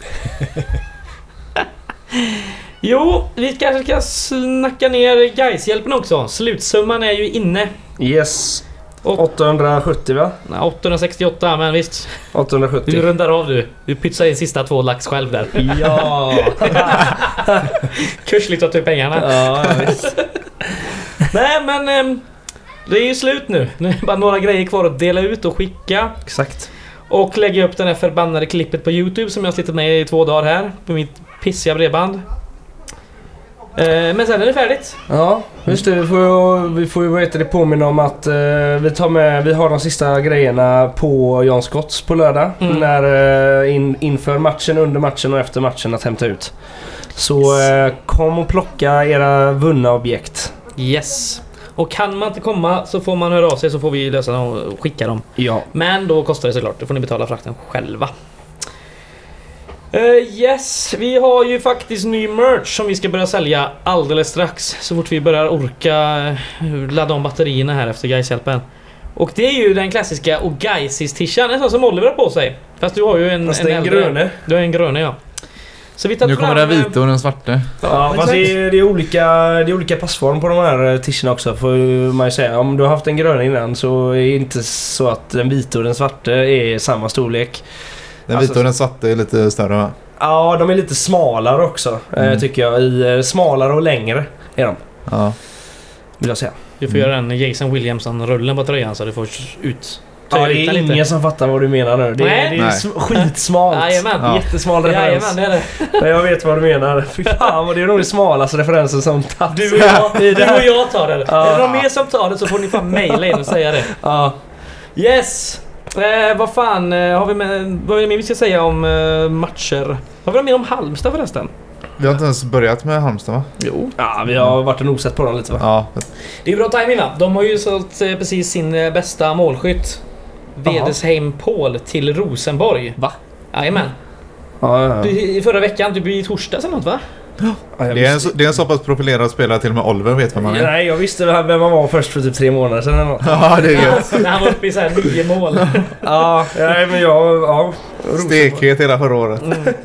Jo, vi kanske ska snacka ner Gaishjälpen också. Slutsumman är ju inne. Yes. 870 va? Nej, 868, men visst. 870. Du rundar av du. Du pytsar in sista 2 lax själv där. Ja. Kursligt att ta pengarna. Ja, visst. Nej, men det är ju slut nu. Nu är bara några grejer kvar att dela ut och skicka. Exakt. Och lägga upp den här förbannade klippet på YouTube som jag har suttit med i 2 dagar här på mitt pissiga bredband. Men sen är det färdigt. Ja, just det. Vi får ju påminna om att vi har de sista grejerna på Jan Scotts på lördag. När inför matchen, under matchen och efter matchen att hämta ut. Så kom och plocka era vunna objekt. Yes. Och kan man inte komma så får man höra av sig, så får vi lösa dem och skicka dem. Ja. Men då kostar det såklart. Då får ni betala frakten själva. Yes, vi har ju faktiskt ny merch som vi ska börja sälja alldeles strax. Så fort vi börjar orka ladda om batterierna här efter Gaishjälpen. Och det är ju den klassiska och Gaisis-tishan, en sån som Oliver har på sig. Fast du har ju en gröne. Du har en gröne, ja. Så vi tar nu kommer den vita och den svarta. Ja, fast det är olika passform på de här tischerna också, får man ju säga. Om du har haft en grön innan så är det inte så att den vita och den svarta är samma storlek. Den vita och den svarta är lite större, va? Ja, de är lite smalare också, tycker jag. Smalare och längre är de. Ja. Vill jag säga. Du får göra en Jason Williamson-rullen på tröjan så du får ut. Ja, det är ingen som fattar vad du menar nu. Det är skitsmalt. Jajamän. Jättesmal referens. Jajamän, det är det. Men jag vet vad du menar. Fy fan, och det är nog det smalaste referensen som tas. Du och jag tar det. Är det någon mer som tar det så får ni fan mejla in och säga det. Ja. Yes. Vad fan har vi med, vad är det mer vi ska säga om matcher? Har vi något mer om Halmstad förresten? Vi har inte ens börjat med Halmstad, va? Jo. Ja, vi har varit en osett på dem lite, va? Ja. Det är bra timing, va? De har ju sålt precis sin bästa målskytt, Vedesheim Paul, till Rosenborg. Va? Jajamän. Ja. I förra veckan, typ i torsdags eller något, va? Ja, det är en så pass profilerad spelare, till och med Oliver vet vem man är. Nej, jag visste vem man var först för typ 3 månader sedan eller något. Ja, det är gött. När han var uppe i så här 9 mål. Ja, men jag... Stekhet hela förra året.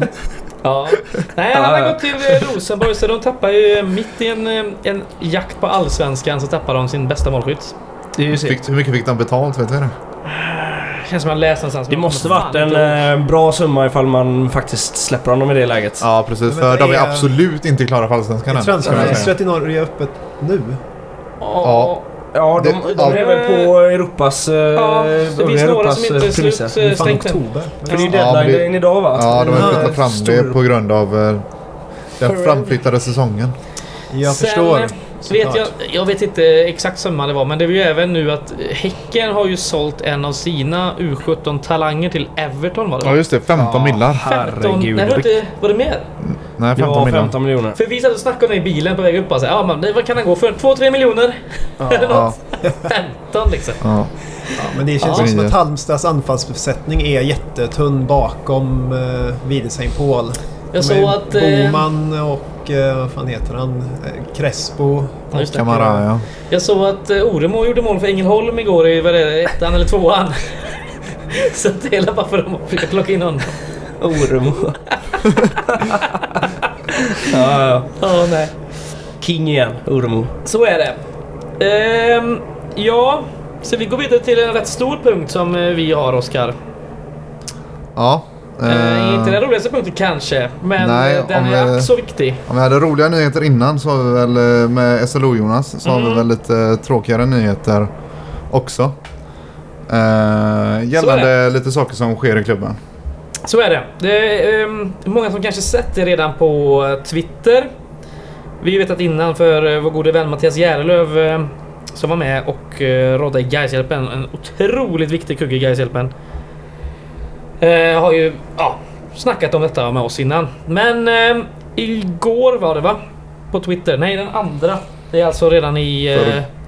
Ja. Nej, han har gått till Rosenborg, så de tappar ju mitt i en jakt på allsvenskan, så tappar de sin bästa målskytt. Det är ju hur mycket fick de betalt, vet du det? Känns som jag läst någonstans. Det måste varit en bra summa ifall man faktiskt släpper honom i det läget. Ja, precis. För de är absolut inte klara för allsvenskan. Är transferfönstret i Norge öppet nu? Ja. Ja, de är väl på Europas... det finns några som inte är slutstängt än. För det är deadline idag, va? Ja, de har flyttat fram det på grund av den framflyttade säsongen. Jag förstår. Jag vet inte exakt summa det var, men det är ju även nu att Häcken har ju sålt en av sina U17-talanger till Everton, var det? Ja, just det. 15 millar. 15, nej, var det mer? Nej, 15 miljoner. För vi satt och snackade i bilen på väg upp och sa, vad kan han gå för? 2-3 miljoner? Ja. 15 liksom. Ja. Ja, men det känns som att Halmstads anfallsbesättning är jättetunn bakom Widesheim Paul. Jag såg att Boman och vad fan heter han? Crespo. Kamara, ja. Jag såg att Oremo gjorde mål för Ängelholm igår i ettan eller tvåan. Så det är bara för dem att försöka plocka in honom. Oremo. Ja, nej. King igen, Oremo. Så är det. Ja, så vi går vidare till en rätt stor punkt som vi har, Oskar. Ja. Inte den roligaste punkten kanske, men nej, den är så viktig. Om vi hade roliga nyheter innan så har vi väl med SLO Jonas så har vi väl lite tråkigare nyheter också. Gällande lite saker som sker i klubben. Så är det. Det är många som kanske sett det redan på Twitter. Vi vet att innan för vår gode vän Mattias Järlöv som var med och rådde i Gaishjälpen, en otroligt viktig kugge i Gaishjälpen. Har ju snackat om detta med oss innan. Men igår var det va? På Twitter. Nej, den andra. Det är alltså redan i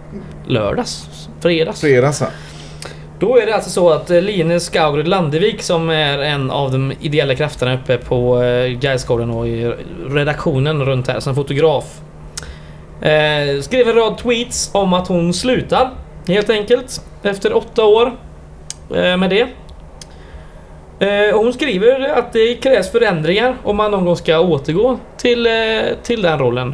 fredags. Va? Då är det alltså så att Line Skaurud Landevik, som är en av de ideella krafterna uppe på Gaisgården och i redaktionen runt här som fotograf, skrev en rad tweets om att hon slutar helt enkelt efter 8 år med det. Och hon skriver att det krävs förändringar om man någon gång ska återgå till den rollen.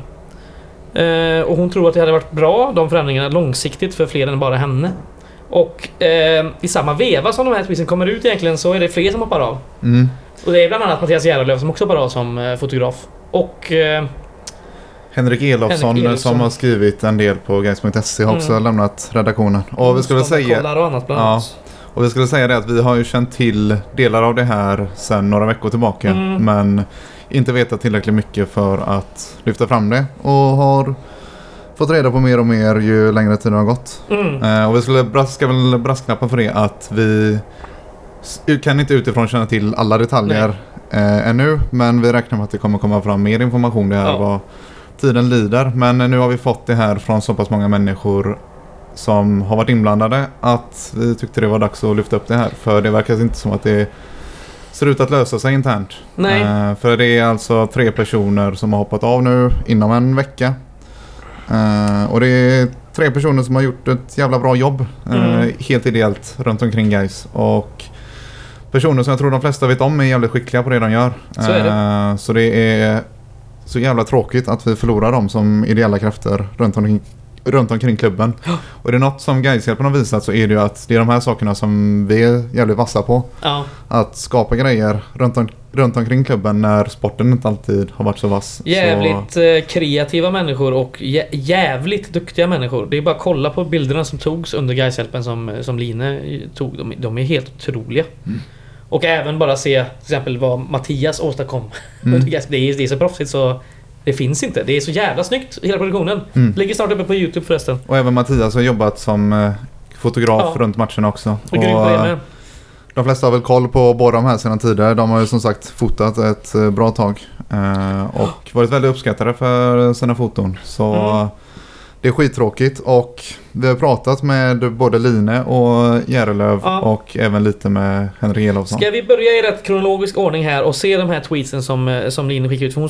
Och hon tror att det hade varit bra, de förändringarna långsiktigt, för fler än bara henne. Och i samma veva som de här tweetsen kommer ut egentligen så är det fler som hoppar av. Och det är bland annat Mattias Järlöv som också hoppar av som fotograf. Och Henrik Elofsson som har skrivit en del på Gais.se har också lämnat redaktionen. Och vi skulle säga och annat bland annat. Och vi skulle säga det att vi har ju känt till delar av det här sedan några veckor tillbaka, men inte vetat tillräckligt mycket för att lyfta fram det, och har fått reda på mer och mer ju längre tiden har gått. Och vi ska väl brasklappa för det att vi kan inte utifrån känna till alla detaljer ännu, men vi räknar med att det kommer komma fram mer information det här vad tiden lider. Men nu har vi fått det här från så pass många människor som har varit inblandade att vi tyckte det var dags att lyfta upp det här, för det verkar inte som att det ser ut att lösa sig internt. För det är alltså 3 personer som har hoppat av nu inom en vecka. Och det är 3 personer som har gjort ett jävla bra jobb helt ideellt runt omkring Gais, och personer som jag tror de flesta vet om är jävligt skickliga på det de gör. Så är det. Så det är så jävla tråkigt att vi förlorar dem som ideella krafter runt omkring klubben. Och det är något som Gaishjälpen har visat, så är det ju att det är de här sakerna som vi är jävligt vassa på. Att skapa grejer runt omkring klubben när sporten inte alltid har varit så vass. Jävligt kreativa människor och jävligt duktiga människor. Det är bara att kolla på bilderna som togs under Gaishjälpen som Line tog. De är helt otroliga. Och även bara se till exempel vad Mattias åstadkom under Gaishjälpen. Det är så proffsigt så det finns inte. Det är så jävla snyggt, hela produktionen. Ligger snart uppe på YouTube förresten. Och även Mattias har jobbat som fotograf runt matchen också. Och de flesta har väl koll på båda de här sedan tidigare. De har ju som sagt fotat ett bra tag. Och varit väldigt uppskattade för sina foton. Så det är skittråkigt. Och vi har pratat med både Line och Järlöv och även lite med Henrik Elofsson. Ska vi börja i rätt kronologisk ordning här och se de här tweetsen som Line skickar ut? För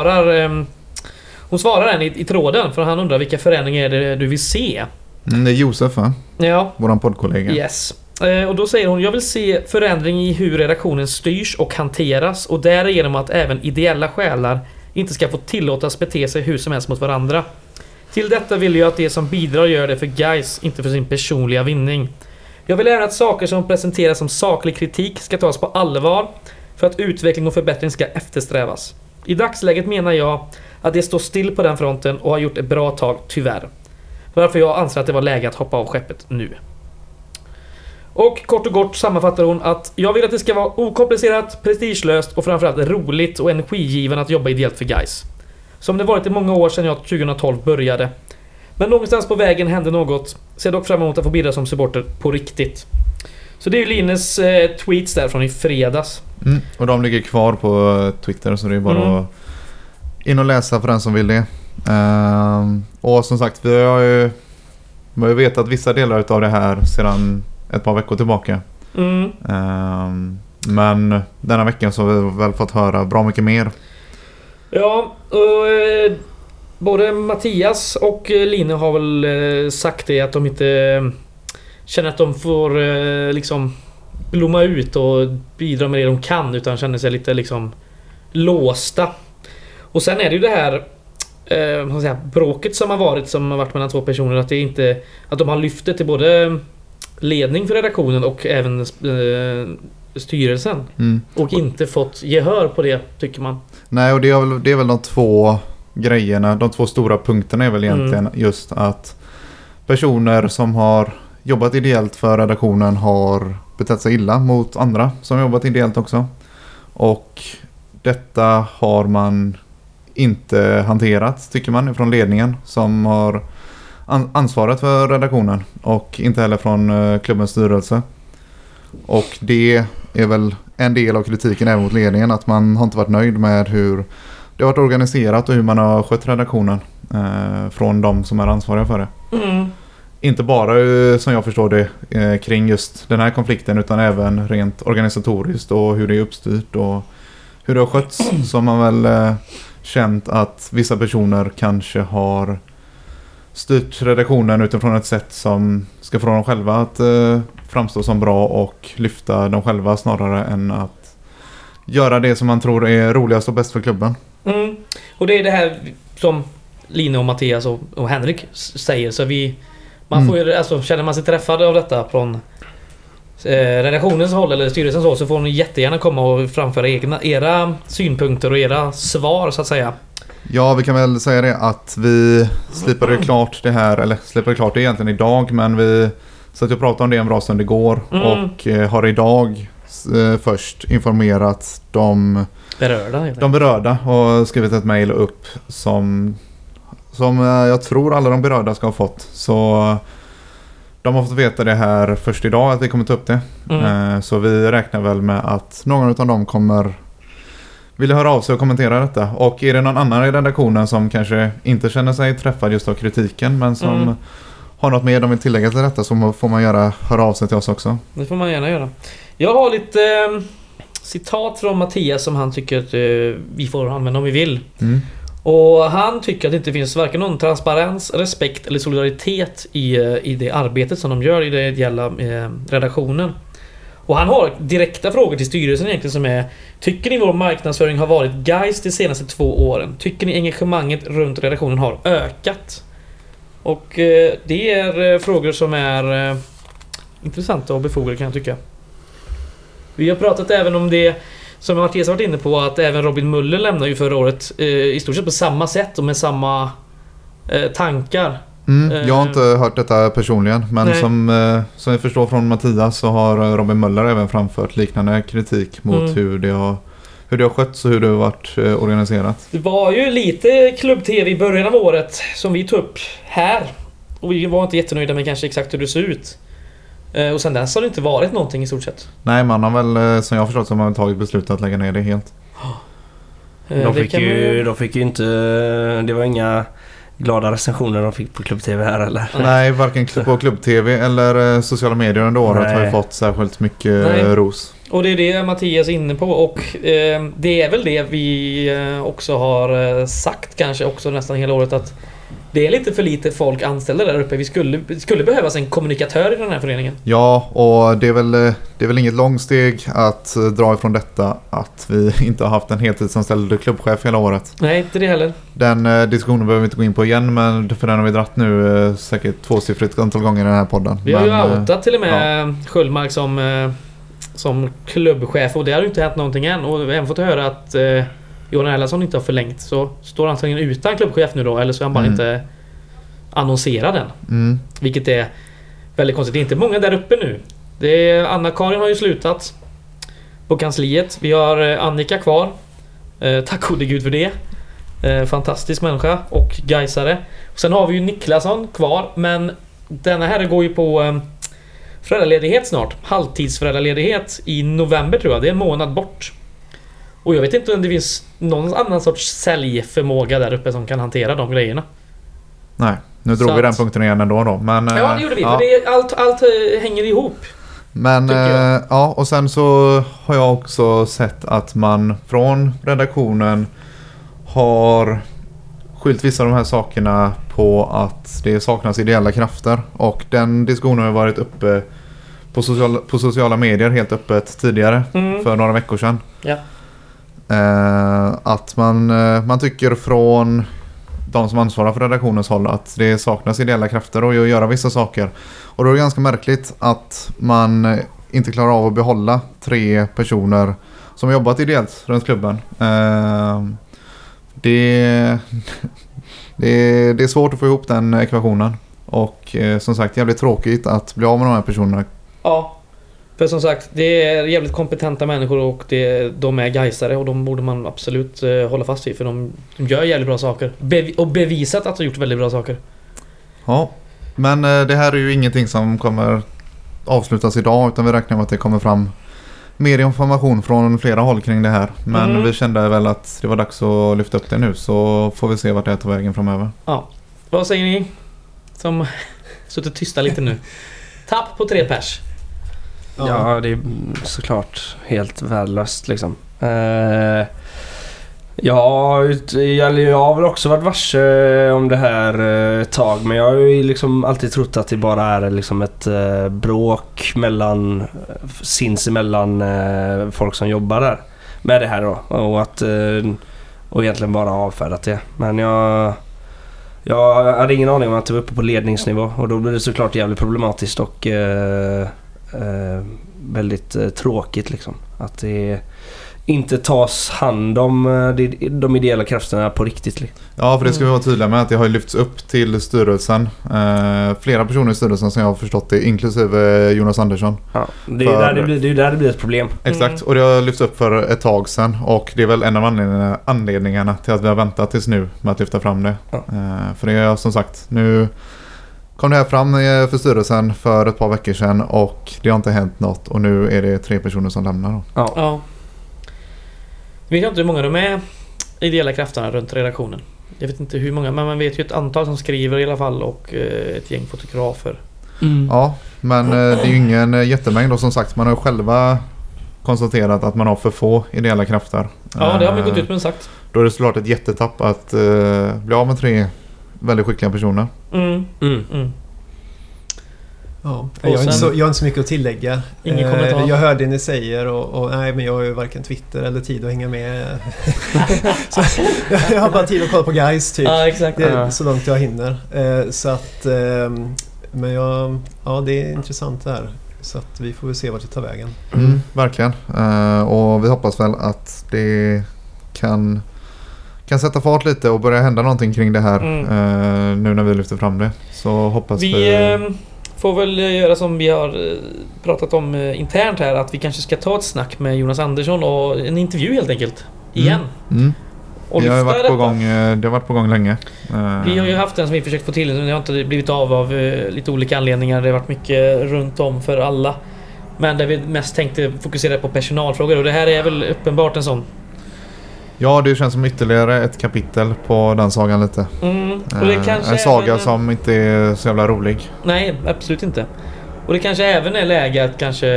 hon svarar den i tråden, för han undrar vilka förändringar är det du vill se. Det är Josef, va? Ja. Våran poddkollega. Yes. Och då säger hon: jag vill se förändring i hur redaktionen styrs och hanteras, och därigenom att även ideella själar inte ska få tillåtas bete sig hur som helst mot varandra. Till detta vill jag att det som bidrar gör det för Gais, inte för sin personliga vinning. Jag vill även att saker som presenteras som saklig kritik ska tas på allvar för att utveckling och förbättring ska eftersträvas. I dagsläget menar jag att det står still på den fronten och har gjort ett bra tag, tyvärr. Varför jag anser att det var läge att hoppa av skeppet nu. Och kort och gott sammanfattar hon att jag vill att det ska vara okomplicerat, prestigelöst och framförallt roligt och energigivande att jobba ideellt för Gais. Som det varit i många år sedan jag 2012 började. Men någonstans på vägen hände något. Ser dock fram emot att få bidra som supporter på riktigt. Så det är ju Lines tweets där från i fredags. Och de ligger kvar på Twitter, så det är bara att in och läsa för den som vill det. Och som sagt, vi har ju Men jag vet att vissa delar av det här sedan ett par veckor tillbaka. Men denna veckan så har vi väl fått höra bra mycket mer. Ja, och både Mattias och Line har väl sagt det att de inte känner att de får liksom blomma ut och bidra med det de kan, utan känner sig lite liksom låsta. Och sen är det ju det här bråket som har varit mellan två personer, att det inte, att de har lyft det till både ledning för redaktionen och även styrelsen och inte fått gehör på det, tycker man. Nej, och det är väl de två grejerna, de två stora punkterna är väl egentligen just att personer som har jobbat ideellt för redaktionen har betett sig illa mot andra som jobbat ideellt också. Och detta har man inte hanterat, tycker man, från ledningen som har ansvaret för redaktionen, och inte heller från klubbens styrelse. Och det är väl en del av kritiken även mot ledningen, att man har inte varit nöjd med hur det har varit organiserat och hur man har skött redaktionen från de som är ansvariga för det. Inte bara som jag förstår det kring just den här konflikten, utan även rent organisatoriskt och hur det är uppstyrt och hur det har skötts. Så har man väl känt att vissa personer kanske har styrt redaktionen utifrån ett sätt som ska få dem själva att framstå som bra och lyfta dem själva, snarare än att göra det som man tror är roligast och bäst för klubben. Och det är det här som Line och Mattias och Henrik säger, så man får ju, alltså, känner man sig träffad av detta från redaktionens håll eller styrelsens håll, så får ni jättegärna komma och framföra era synpunkter och era svar, så att säga. Ja, vi kan väl säga det att vi slipade klart det här, eller slipade klart det egentligen idag, men vi satt och pratade om det en bra stund igår och har idag först informerat de berörda och skrivit ett mejl upp som jag tror alla de berörda ska ha fått. Så de har fått veta det här först idag, att vi kommer ta upp det. Så vi räknar väl med att någon av dem kommer vilja höra av sig och kommentera detta. Och är det någon annan i redaktionen som kanske inte känner sig träffad just av kritiken, men som har något mer de vill tillägga till detta, så får man höra av sig till oss också. Det får man gärna göra. Jag har lite citat från Mattias som han tycker att vi får använda om vi vill. Och han tycker att det inte finns varken någon transparens, respekt eller solidaritet i det arbetet som de gör i det ideella redaktionen. Och han har direkta frågor till styrelsen egentligen, som är: tycker ni vår marknadsföring har varit guys de senaste 2 åren? Tycker ni engagemanget runt redaktionen har ökat? Och det är frågor som är intressanta och befogade, kan jag tycka. Vi har pratat även om det som Mattias har varit inne på, att även Robin Muller lämnar ju förra året i stort sett på samma sätt och med samma tankar. Jag har inte hört detta personligen, men som jag förstår från Mattias så har Robin Muller även framfört liknande kritik mot hur det har skötts och hur det har varit organiserat. Det var ju lite klubb-tv i början av året som vi tog upp här, och vi var inte jättenöjda med kanske exakt hur det ser ut. Och sen dess har det inte varit någonting i stort sett. Nej, man har väl, som jag har förstått, som man har tagit beslutet att lägga ner det helt. De fick ju inte, det var inga glada recensioner de fick på klubb-tv här eller? Nej, varken på klubb-tv eller sociala medier under året har ju fått särskilt mycket ros. Och det är det Mattias är inne på, och det är väl det vi också har sagt kanske också nästan hela året, att det är lite för lite folk anställda där uppe. Vi skulle behövas en kommunikatör i den här föreningen. Ja, och det är väl inget långsteg att dra ifrån detta att vi inte har haft en heltidsanställd klubbchef hela året. Nej, inte det heller. Den diskussionen behöver vi inte gå in på igen, men för den har vi dratt nu säkert 2-siffrigt antal gånger i den här podden. Vi har ju outat till och med Sköldmark som klubbchef, och det har ju inte hänt någonting än. Och vi har även fått höra att Johan Erlandsson inte har förlängt, så står han antingen utan klubbchef nu då, eller så är han bara inte annonserad den. Vilket är väldigt konstigt. Det är inte många där uppe nu. Anna-Karin har ju slutat på kansliet. Vi har Annika kvar. Tack gode gud för det. Fantastisk människa och gaisare. Och sen har vi ju Niklasson kvar, men denna här går ju på föräldraledighet snart. Halvtidsföräldraledighet i november tror jag. Det är en månad bort. Och jag vet inte om det finns någon annan sorts säljförmåga där uppe som kan hantera de grejerna. Nej, Nu drog vi den punkten igen ändå då. Men, ja, det gjorde vi. För allt hänger ihop. Men ja, och sen så har jag också sett att man från redaktionen har skyllt vissa av de här sakerna på att det saknas ideella krafter. Och den diskussionen har varit uppe på sociala medier helt öppet tidigare, för några veckor sedan. Ja. Att man tycker från de som ansvarar för redaktionens håll att det saknas ideella krafter och att göra vissa saker. Och då är det ganska märkligt att man inte klarar av att behålla 3 personer som jobbat ideellt runt klubben. Det är svårt att få ihop den ekvationen. Och som sagt, jävligt tråkigt att bli av med de här personerna. Ja, för som sagt, det är jävligt kompetenta människor och de är gaisare och de borde man absolut hålla fast vid, för de gör jävligt bra saker. Och bevisat att de har gjort väldigt bra saker. Ja, men det här är ju ingenting som kommer avslutas idag, utan vi räknar med att det kommer fram mer information från flera håll kring det här. Men vi kände väl att det var dags att lyfta upp det nu, så får vi se vart det är på vägen framöver. Ja, vad säger ni som suttit tysta lite nu? Tapp på 3 pers. Ja, det är såklart helt värdelöst liksom. Ja, jag har väl också varit varse om det här ett tag, men jag har ju liksom alltid trott att det bara är liksom ett bråk sinsemellan folk som jobbar där med det här då, och egentligen bara avfärdat det. Men jag hade ingen aning om att det var uppe på ledningsnivå, och då blir det såklart jävligt problematiskt och väldigt tråkigt liksom, att det inte tas hand om de ideella krafterna på riktigt. Ja, för det ska vi vara tydliga med att det har lyfts upp till styrelsen. Flera personer i styrelsen som jag har förstått det, inklusive Jonas Andersson. Ja, det är där det blir ett problem. Exakt, och det har lyfts upp för ett tag sedan, och det är väl en av anledningarna till att vi har väntat tills nu med att lyfta fram det. Ja. För det är som sagt, nu kom det här fram för styrelsen för ett par veckor sedan och det har inte hänt något, och nu är det 3 personer som lämnar då. Ja. Jag vet inte hur många de är, ideella krafterna runt redaktionen. Jag vet inte hur många, men man vet ju ett antal som skriver i alla fall, och ett gäng fotografer. Ja, men det är ju ingen jättemängd då, som sagt. Man har ju själva konstaterat att man har för få ideella krafter. Ja, det har man gått ut med sagt. Då är det såklart ett jättetapp att bli av med 3 väldigt skickliga personer. Ja, jag har inte så mycket att tillägga. Ingen kommentar. Jag hör det ni säger och nej, men jag har ju varken Twitter eller tid att hänga med. Så jag har bara tid att kolla på guys typ. Ja, exakt. Det är så långt jag hinner. Så att men det är intressant det här. Så att vi får väl se vart det tar vägen. Verkligen. Och vi hoppas väl att det kan sätta fart lite och börja hända någonting kring det här nu när vi lyfter fram det. Så hoppas vi får väl göra som vi har pratat om internt här, att vi kanske ska ta ett snack med Jonas Andersson och en intervju helt enkelt igen. Och det har varit på gång länge. Vi har ju haft en som vi försökt få till, men det har inte blivit av lite olika anledningar. Det har varit mycket runt om för alla, men där vi mest tänkte fokusera på personalfrågor, och det här är väl uppenbart en sån. Ja, det känns som ytterligare ett kapitel på den sagan lite. Och det kanske en saga som inte är så jävla rolig. Nej, absolut inte. Och det kanske även är läge att kanske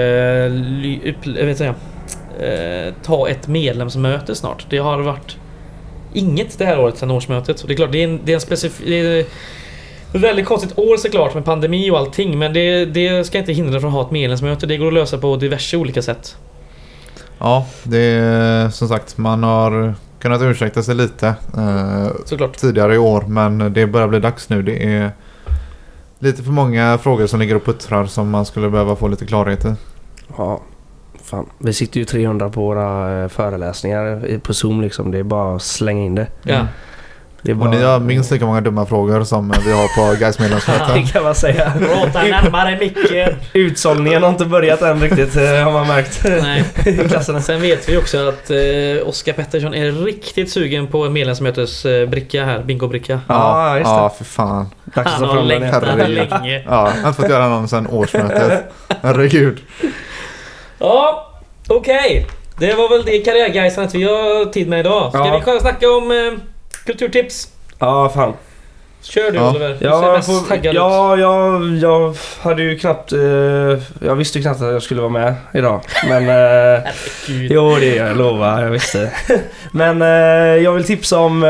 ta ett medlemsmöte snart. Det har varit inget det här året sedan årsmötet. Och det är klart, det är ett väldigt konstigt år såklart med pandemi och allting, men det ska inte hindra från att ha ett medlemsmöte. Det går att lösa på diverse olika sätt. Ja, det är som sagt, man har kunnat ursäkta sig lite tidigare i år, men det börjar bli dags nu. Det är lite för många frågor som ligger och puttrar som man skulle behöva få lite klarhet i. Ja, fan. Vi sitter ju 300 på våra föreläsningar på Zoom liksom. Det är bara att slänga in det. Ja. Det är bara... Och ni har minst lika många dumma frågor som vi har på Guys medlemsmöten. Det kan man säga. Prata närmare mycket. Utsållningen har inte börjat än riktigt, har man märkt. Nej. Sen vet vi också att Oskar Pettersson är riktigt sugen på medlemsmötesbricka här, bingobricka. Ja, just det. Ja, för fan. Han har längtat länge. Ja, jag har fått göra någon sen årsmötet. Herregud. Ja, okej. Det var väl det karriärguisandet vi har tid med idag. Ska vi snacka om kulturtips? Ja, fan. Kör du Oliver. Du ser mest taggad ut. Jag hade ju knappt... jag visste ju knappt att jag skulle vara med idag. Men... jo, det jag lovar. Jag visste. Men jag vill tipsa om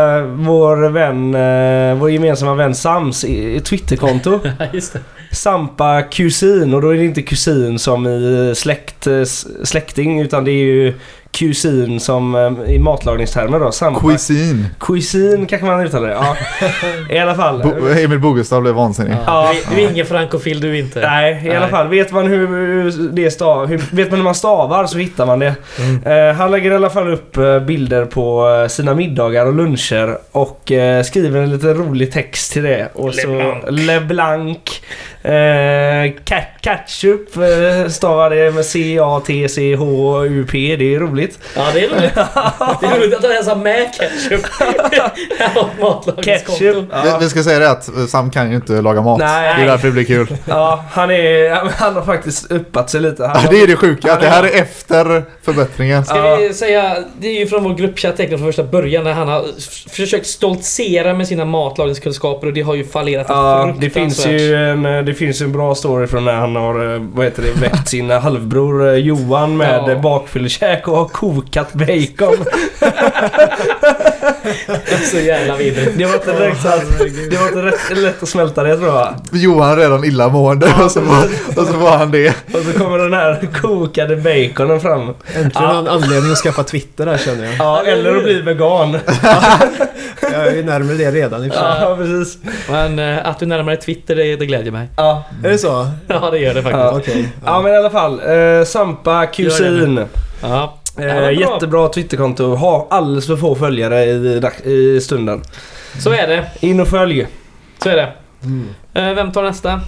vår gemensamma vän Sams i Twitterkonto. Just det. Sampa kusin. Och då är det inte kusin som i släkting, utan det är ju kusin som i matlagningstermer då. Sampa. Cuisine kanske man uttalar det. Ja. I alla fall. Emil Bogestad blev vansinnig. Ja. Du är ingen frankofil, du inte. Nej, i alla fall. Vet man hur man stavar så hittar man det. Han lägger i alla fall upp bilder på sina middagar och luncher och skriver en lite rolig text till det. Och LeBlanc. Ketchup stavar det med C-A-T-C-H-U-P. Det är roligt. Ja, det är roligt. Det är roligt att han ens har med ketchup. Ketchup. Ja. Vi ska säga det att Sam kan ju inte laga mat. Nej. Det är därför det blir kul. Ja, han har faktiskt uppat sig lite. Det är det sjuka, att det här är efter förbättringen. Ska vi säga, det är ju från vår gruppchatt från första början när han har försökt stoltsera med sina matlagningskunskaper och det har ju fallerat. Ja, det finns ju en bra story från när han har väckt sin halvbror Johan med bakfyllekäk och har kokat bacon. Så jävla vidrigt. Det var inte rätt lätt att smälta det, tror jag. Johan redan illamående och så var han det. Och så kommer den här kokade baconen fram. Äntligen en anledning att skaffa Twitter där, känner jag. Ja, eller att bli vegan. Jag är ju närmare det redan i och för sig. Ja, precis. Men att du närmare Twitter, det glädjer mig. Ja. Är det så? Ja, det gör det faktiskt. Ja, okay. Ja, men i alla fall. Sampa kusin. Ja. Jättebra Twitterkonto. Har alldeles för få följare i stunden. Så är det. In och följ. Så är det. Vem tar nästa?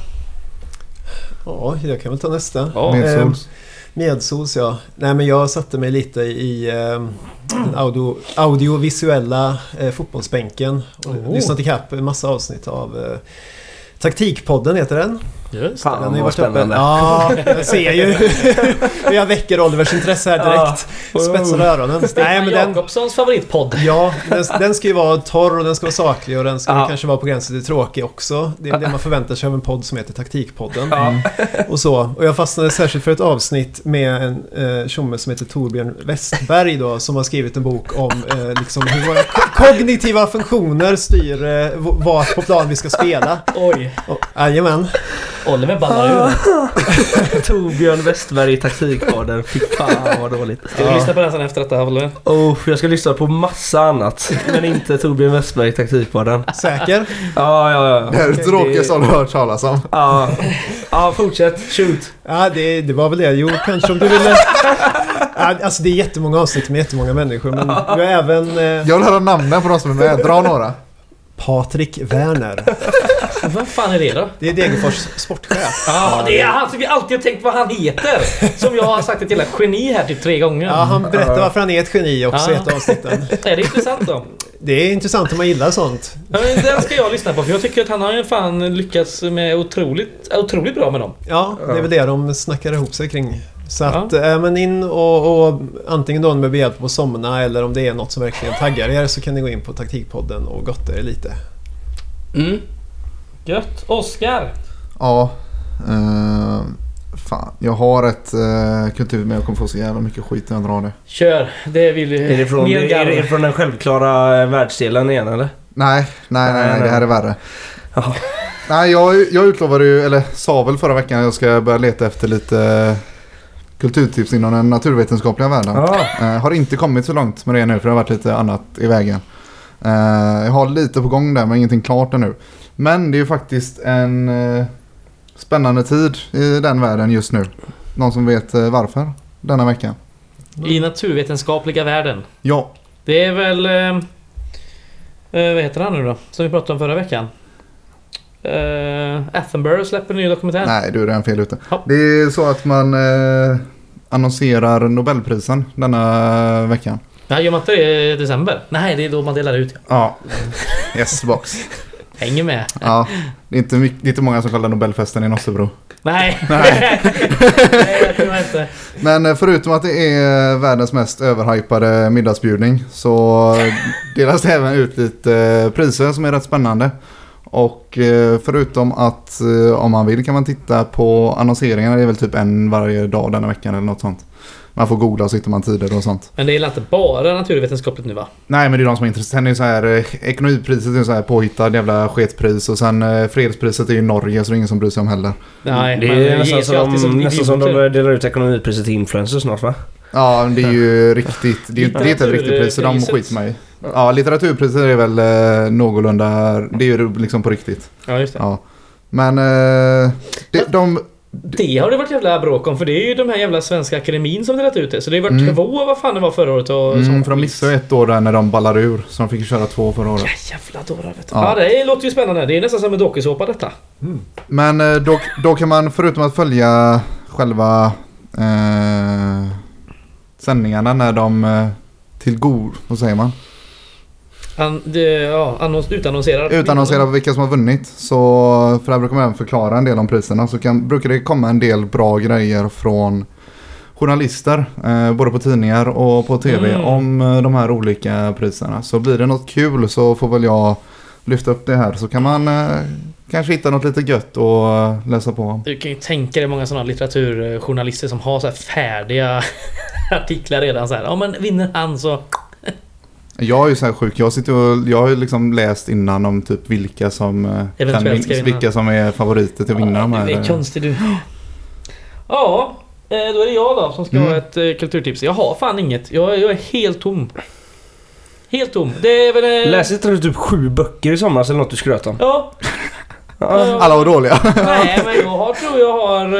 Ja, jag kan väl ta nästa. Ja. Medsols, ja. Nej, men jag satte mig lite i den audiovisuella fotbollsbänken och lyssnat ikapp en massa avsnitt av Taktikpodden heter den. Just Fan, den är vad spännande. Ja, jag ser ju hur jag väcker Olivers intresse här direkt. Spetsar öronen. Nej, men Jakobssons favoritpodd. Ja, den ska ju vara torr och den ska vara saklig och den ska kanske vara på gränsen till tråkig också. Det är det man förväntar sig av en podd som heter Taktikpodden. Och så. Och jag fastnade särskilt för ett avsnitt med en tjomme som heter Torbjörn Westberg då, som har skrivit en bok om liksom hur våra kognitiva funktioner styr vart på plan vi ska spela. Oj. Jajamän. Oliver ballar ur. Torbjörn Westberg i Taktikpodden. Fy fan vad dåligt. Ska du lyssna på den sen efter detta, Oliver? Jag ska lyssna på massa annat. Men inte Torbjörn Westberg i Taktikpodden. Säker? Ja. Det här är det tråkigaste jag har hört talas om. Ja, fortsätt. Shoot. Ja, det var väl det. Jo, kanske om du ville... Alltså det är jättemånga avsnitt med jättemånga människor. Men du har även... Jag vill höra namnen på de som är med. Dra några. Patrik Werner. Vad fan är det då? Det är Degerfors sportchef. Ja, det är han som vi alltid har tänkt vad han heter. Som jag har sagt ett jävla geni här typ 3 gånger. Ja, han berättar varför han är ett geni också i ett avsnitten. Är det intressant då? Det är intressant om man gillar sånt. Ja, men den ska jag lyssna på, för jag tycker att han har ju fan lyckats med otroligt bra med dem. Ja, det är väl det de snackar ihop sig kring. Så att, men in och antingen då med begär på att somna eller om det är något som verkligen taggar er, så kan ni gå in på Taktikpodden och gotta er lite. Gött. Oscar. Ja. Fan, jag har ett kultur med jag kommer få så jävla mycket skit när jag drar det. Kör, det vill du. Är det från den självklara världsdelen igen, eller? Nej, det här är värre. Nej, jag utlovade ju, eller sa väl förra veckan att jag ska börja leta efter lite kulturtips inom den naturvetenskapliga världen. Har inte kommit så långt med det nu, för det har varit lite annat i vägen. Jag har lite på gång där, men ingenting klart ännu. Men det är ju faktiskt en spännande tid i den världen just nu. Någon som vet varför denna veckan? I naturvetenskapliga världen. Ja. Det är väl... vad heter han nu då? Som vi pratade om förra veckan. Attenborough släpper en ny dokumentär. Nej, du är redan fel ute. Det är så att man annonserar Nobelprisen denna veckan. Ja, gör man inte det i december? Nej, det är då man delar ut. Ja. Yes, box. Hänger med. Ja, det är inte många som kollar Nobelfesten i Nossebro. Nej. Nej, jag tror inte. Men förutom att det är världens mest överhypade middagsbjudning så delas det även ut lite priser som är rätt spännande. Och förutom att om man vill kan man titta på annonseringarna. Det är väl typ en varje dag denna veckan eller något sånt. Man får googla och så hittar man tider och sånt. Men det är inte bara naturvetenskapligt nu, va? Nej, men det är de som är intresserade. Sen är det så här, ekonomipriset är så här påhittad jävla sketpris. Och sen fredspriset är ju Norge, så det är ingen som bryr sig om heller. Nej, det är nästan som de delar ut ekonomipriset till influencers snart, va? Ja, det är ju riktigt. Det är inte ett riktigt pris, så de skiter mig. Ja, litteraturpriset är väl någorlunda. Det är ju liksom på riktigt. Ja, just det. Ja. Men det har det varit jävla bråk om, för det är ju de här jävla Svenska Akademin som delat ut det. Så det har varit 2, vad fan det var förra året. Och för de missade ett år där när de ballar ur. Så de fick ju köra 2 förra året. Jävla dårar, vet du. Ja, det låter ju spännande. Det är nästan som en dokusåpa detta. Men då kan man, förutom att följa själva sändningarna när de vad säger man? Utannonserar vilka som har vunnit. Så för här brukar man även förklara en del om priserna. Så brukar det komma en del bra grejer från journalister, både på tidningar och på tv om de här olika priserna. Så blir det något kul så får väl jag lyfta upp det här. Så kan man kanske hitta något lite gött och läsa på. Du kan ju tänka dig många sådana litteraturjournalister som har så här färdiga artiklar redan så här. Ja, men vinner han så... Jag är ju så här sjuk. Jag har ju liksom läst innan om typ vilka som vilka som är favoriter till att vinna de här. Det är konstigt du. Ja, då är det jag då som ska ha ett kulturtips. Jag har fan inget. Jag är helt tom. Helt tom. Det är väl läste inte du typ 7 böcker i somras eller något du skröt om? Ja. Alla var dåliga. Nej, men jag har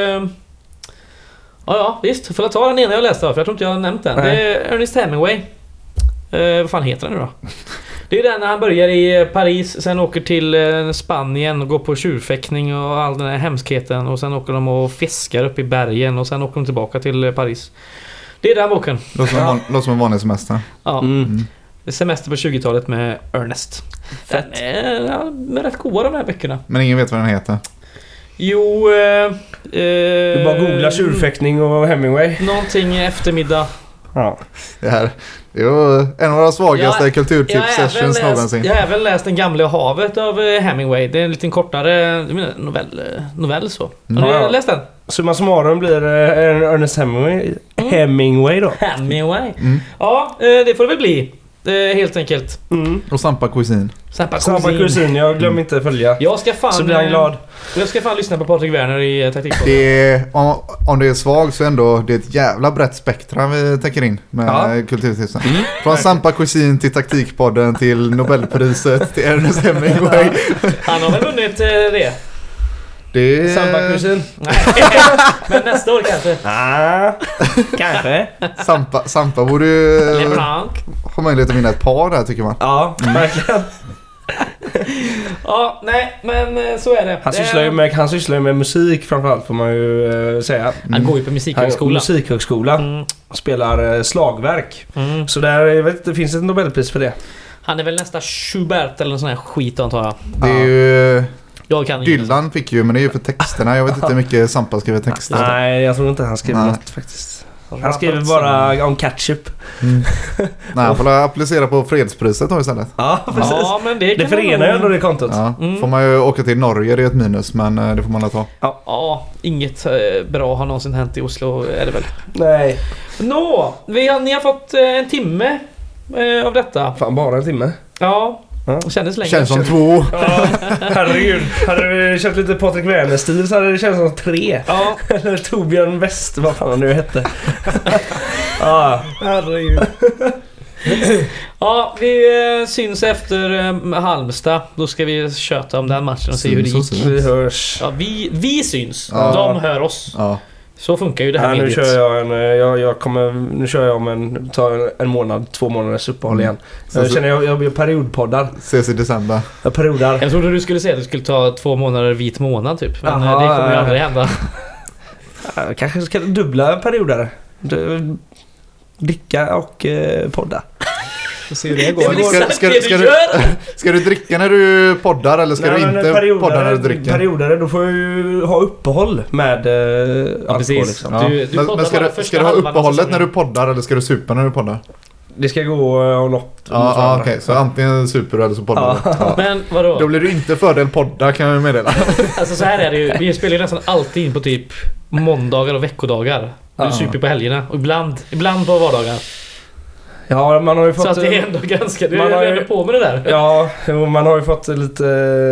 ja, visst. Får jag ta den ena jag läste då, för jag tror inte jag har nämnt den. Nej. Det är Ernest Hemingway. Vad fan heter den nu då? Det är den när han börjar i Paris, sen åker till Spanien och går på tjurfäktning och all den här hemskheten, och sen åker de och fiskar upp i bergen och sen åker de tillbaka till Paris. Det är den boken. Låter som en vanlig semester. Ja. Semester på 20-talet med Ernest. Den är rätt goda de här böckerna. Men ingen vet vad den heter. Jo, du bara googlar tjurfäktning och Hemingway. Någonting eftermiddag. Ja. Det är en av de svagaste kulturtips-sessions någonsin. Jag har även läst Den gamla havet av Hemingway. Det är en liten kortare novell så. Har du läst den? Summa summarum blir Ernest Hemingway då. Hemingway. Ja, det får det väl bli. Helt enkelt. Och Sampa Cuisine. Sampa Cuisine, jag glömmer inte följa. Så blir han glad. Jag ska fan lyssna på Patrik Werner i taktikpodden. Om det är svag så ändå det är ett jävla brett spektra vi täcker in med kulturtipsen. Från Sampa Cuisine till taktikpodden till Nobelpriset till Ernest Hemingway. Han har väl vunnit det? Sampa Cuisine. Nej. Men nästa år kanske. Kanske. Sampa borde ju ha möjlighet att vinna ett par där, tycker man. Ja, verkligen. Ja, nej, men så är det. Han sysslar ju med musik framförallt, får man ju säga. Han går ju på musikhögskola. Spelar slagverk. Så där, jag vet inte, det finns ett Nobelpris för det. Han är väl nästa Schubert eller någon sån här skit, antar jag. Det är ju... Dylan fick ju, men det är ju för texterna. Jag vet inte hur mycket Sampa skriver texter. Nej, jag tror inte han skriver något faktiskt. Han skriver bara om ketchup. Nej, han får applicera på fredspriset då istället. Ja, precis. Ja, men det förenar ju ändå det kontot. Ja, får man ju åka till Norge, det är ett minus, men det får man ta. Ja, inget bra har någonsin hänt i Oslo, är det väl? Nej. Ni har fått en timme av detta. Fan, bara en timme? Ja. Kändes länge. Känns som 2. Ja, herregud. Hade vi kört lite Patrik Werner-stil så hade det känts som 3. Ja. Eller Torbjörn West, vad fan han nu hette. Herregud. Ja, vi syns efter Halmstad. Då ska vi köta om den matchen och se hur det gick. Vi hörs. Ja, vi syns. De hör oss. Ja. Så funkar ju det här mediet. Nu kör nu kör jag om en månad, 2 månaders uppehåll igen. Jag känner jag periodpoddar. Ses i december. Jag periodar. Jag trodde du skulle säga att du skulle ta 2 månader vit månad typ. Men det kommer ju aldrig hända. Kanske ska dubbla perioder. Dricka och podda. Får se hur det går. Ska du dricka när du poddar eller ska du inte podda när du dricker? Perioder, då får jag ju ha uppehåll med alkohol precis. liksom. Ja. Du Men ska du ha uppehållet när du poddar eller ska du supa när du poddar? Det ska gå av något. Ja, okej. Så antingen super eller så poddar du. Ja. Men vadå? Då blir du inte fördel podda kan jag meddela. Alltså så här är det ju. Vi spelar ju nästan alltid in på typ måndagar och veckodagar. Du super på helgerna. Och ibland på vardagar. Ja, man har ju fått... Så att det är ändå ganska... Du är ändå på med det där. Ja, man har ju fått lite...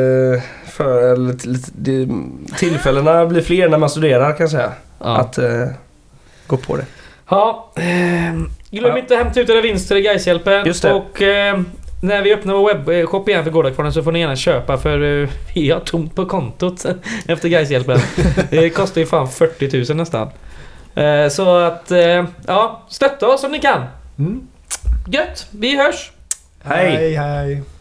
tillfällena blir fler när man studerar kan jag säga. Ja. Att gå på det. Ja, glöm inte att hämta ut era vinster i Gaishjälpen. Just det. Och när vi öppnar vår webbshop igen för Gårdakvarnen så får ni gärna köpa för vi har tomt på kontot efter Gaishjälpen. Det kostar ju fan 40 000 nästan. Så att, ja, stötta oss om ni kan. Gött, vi hörs! Hej! Hej.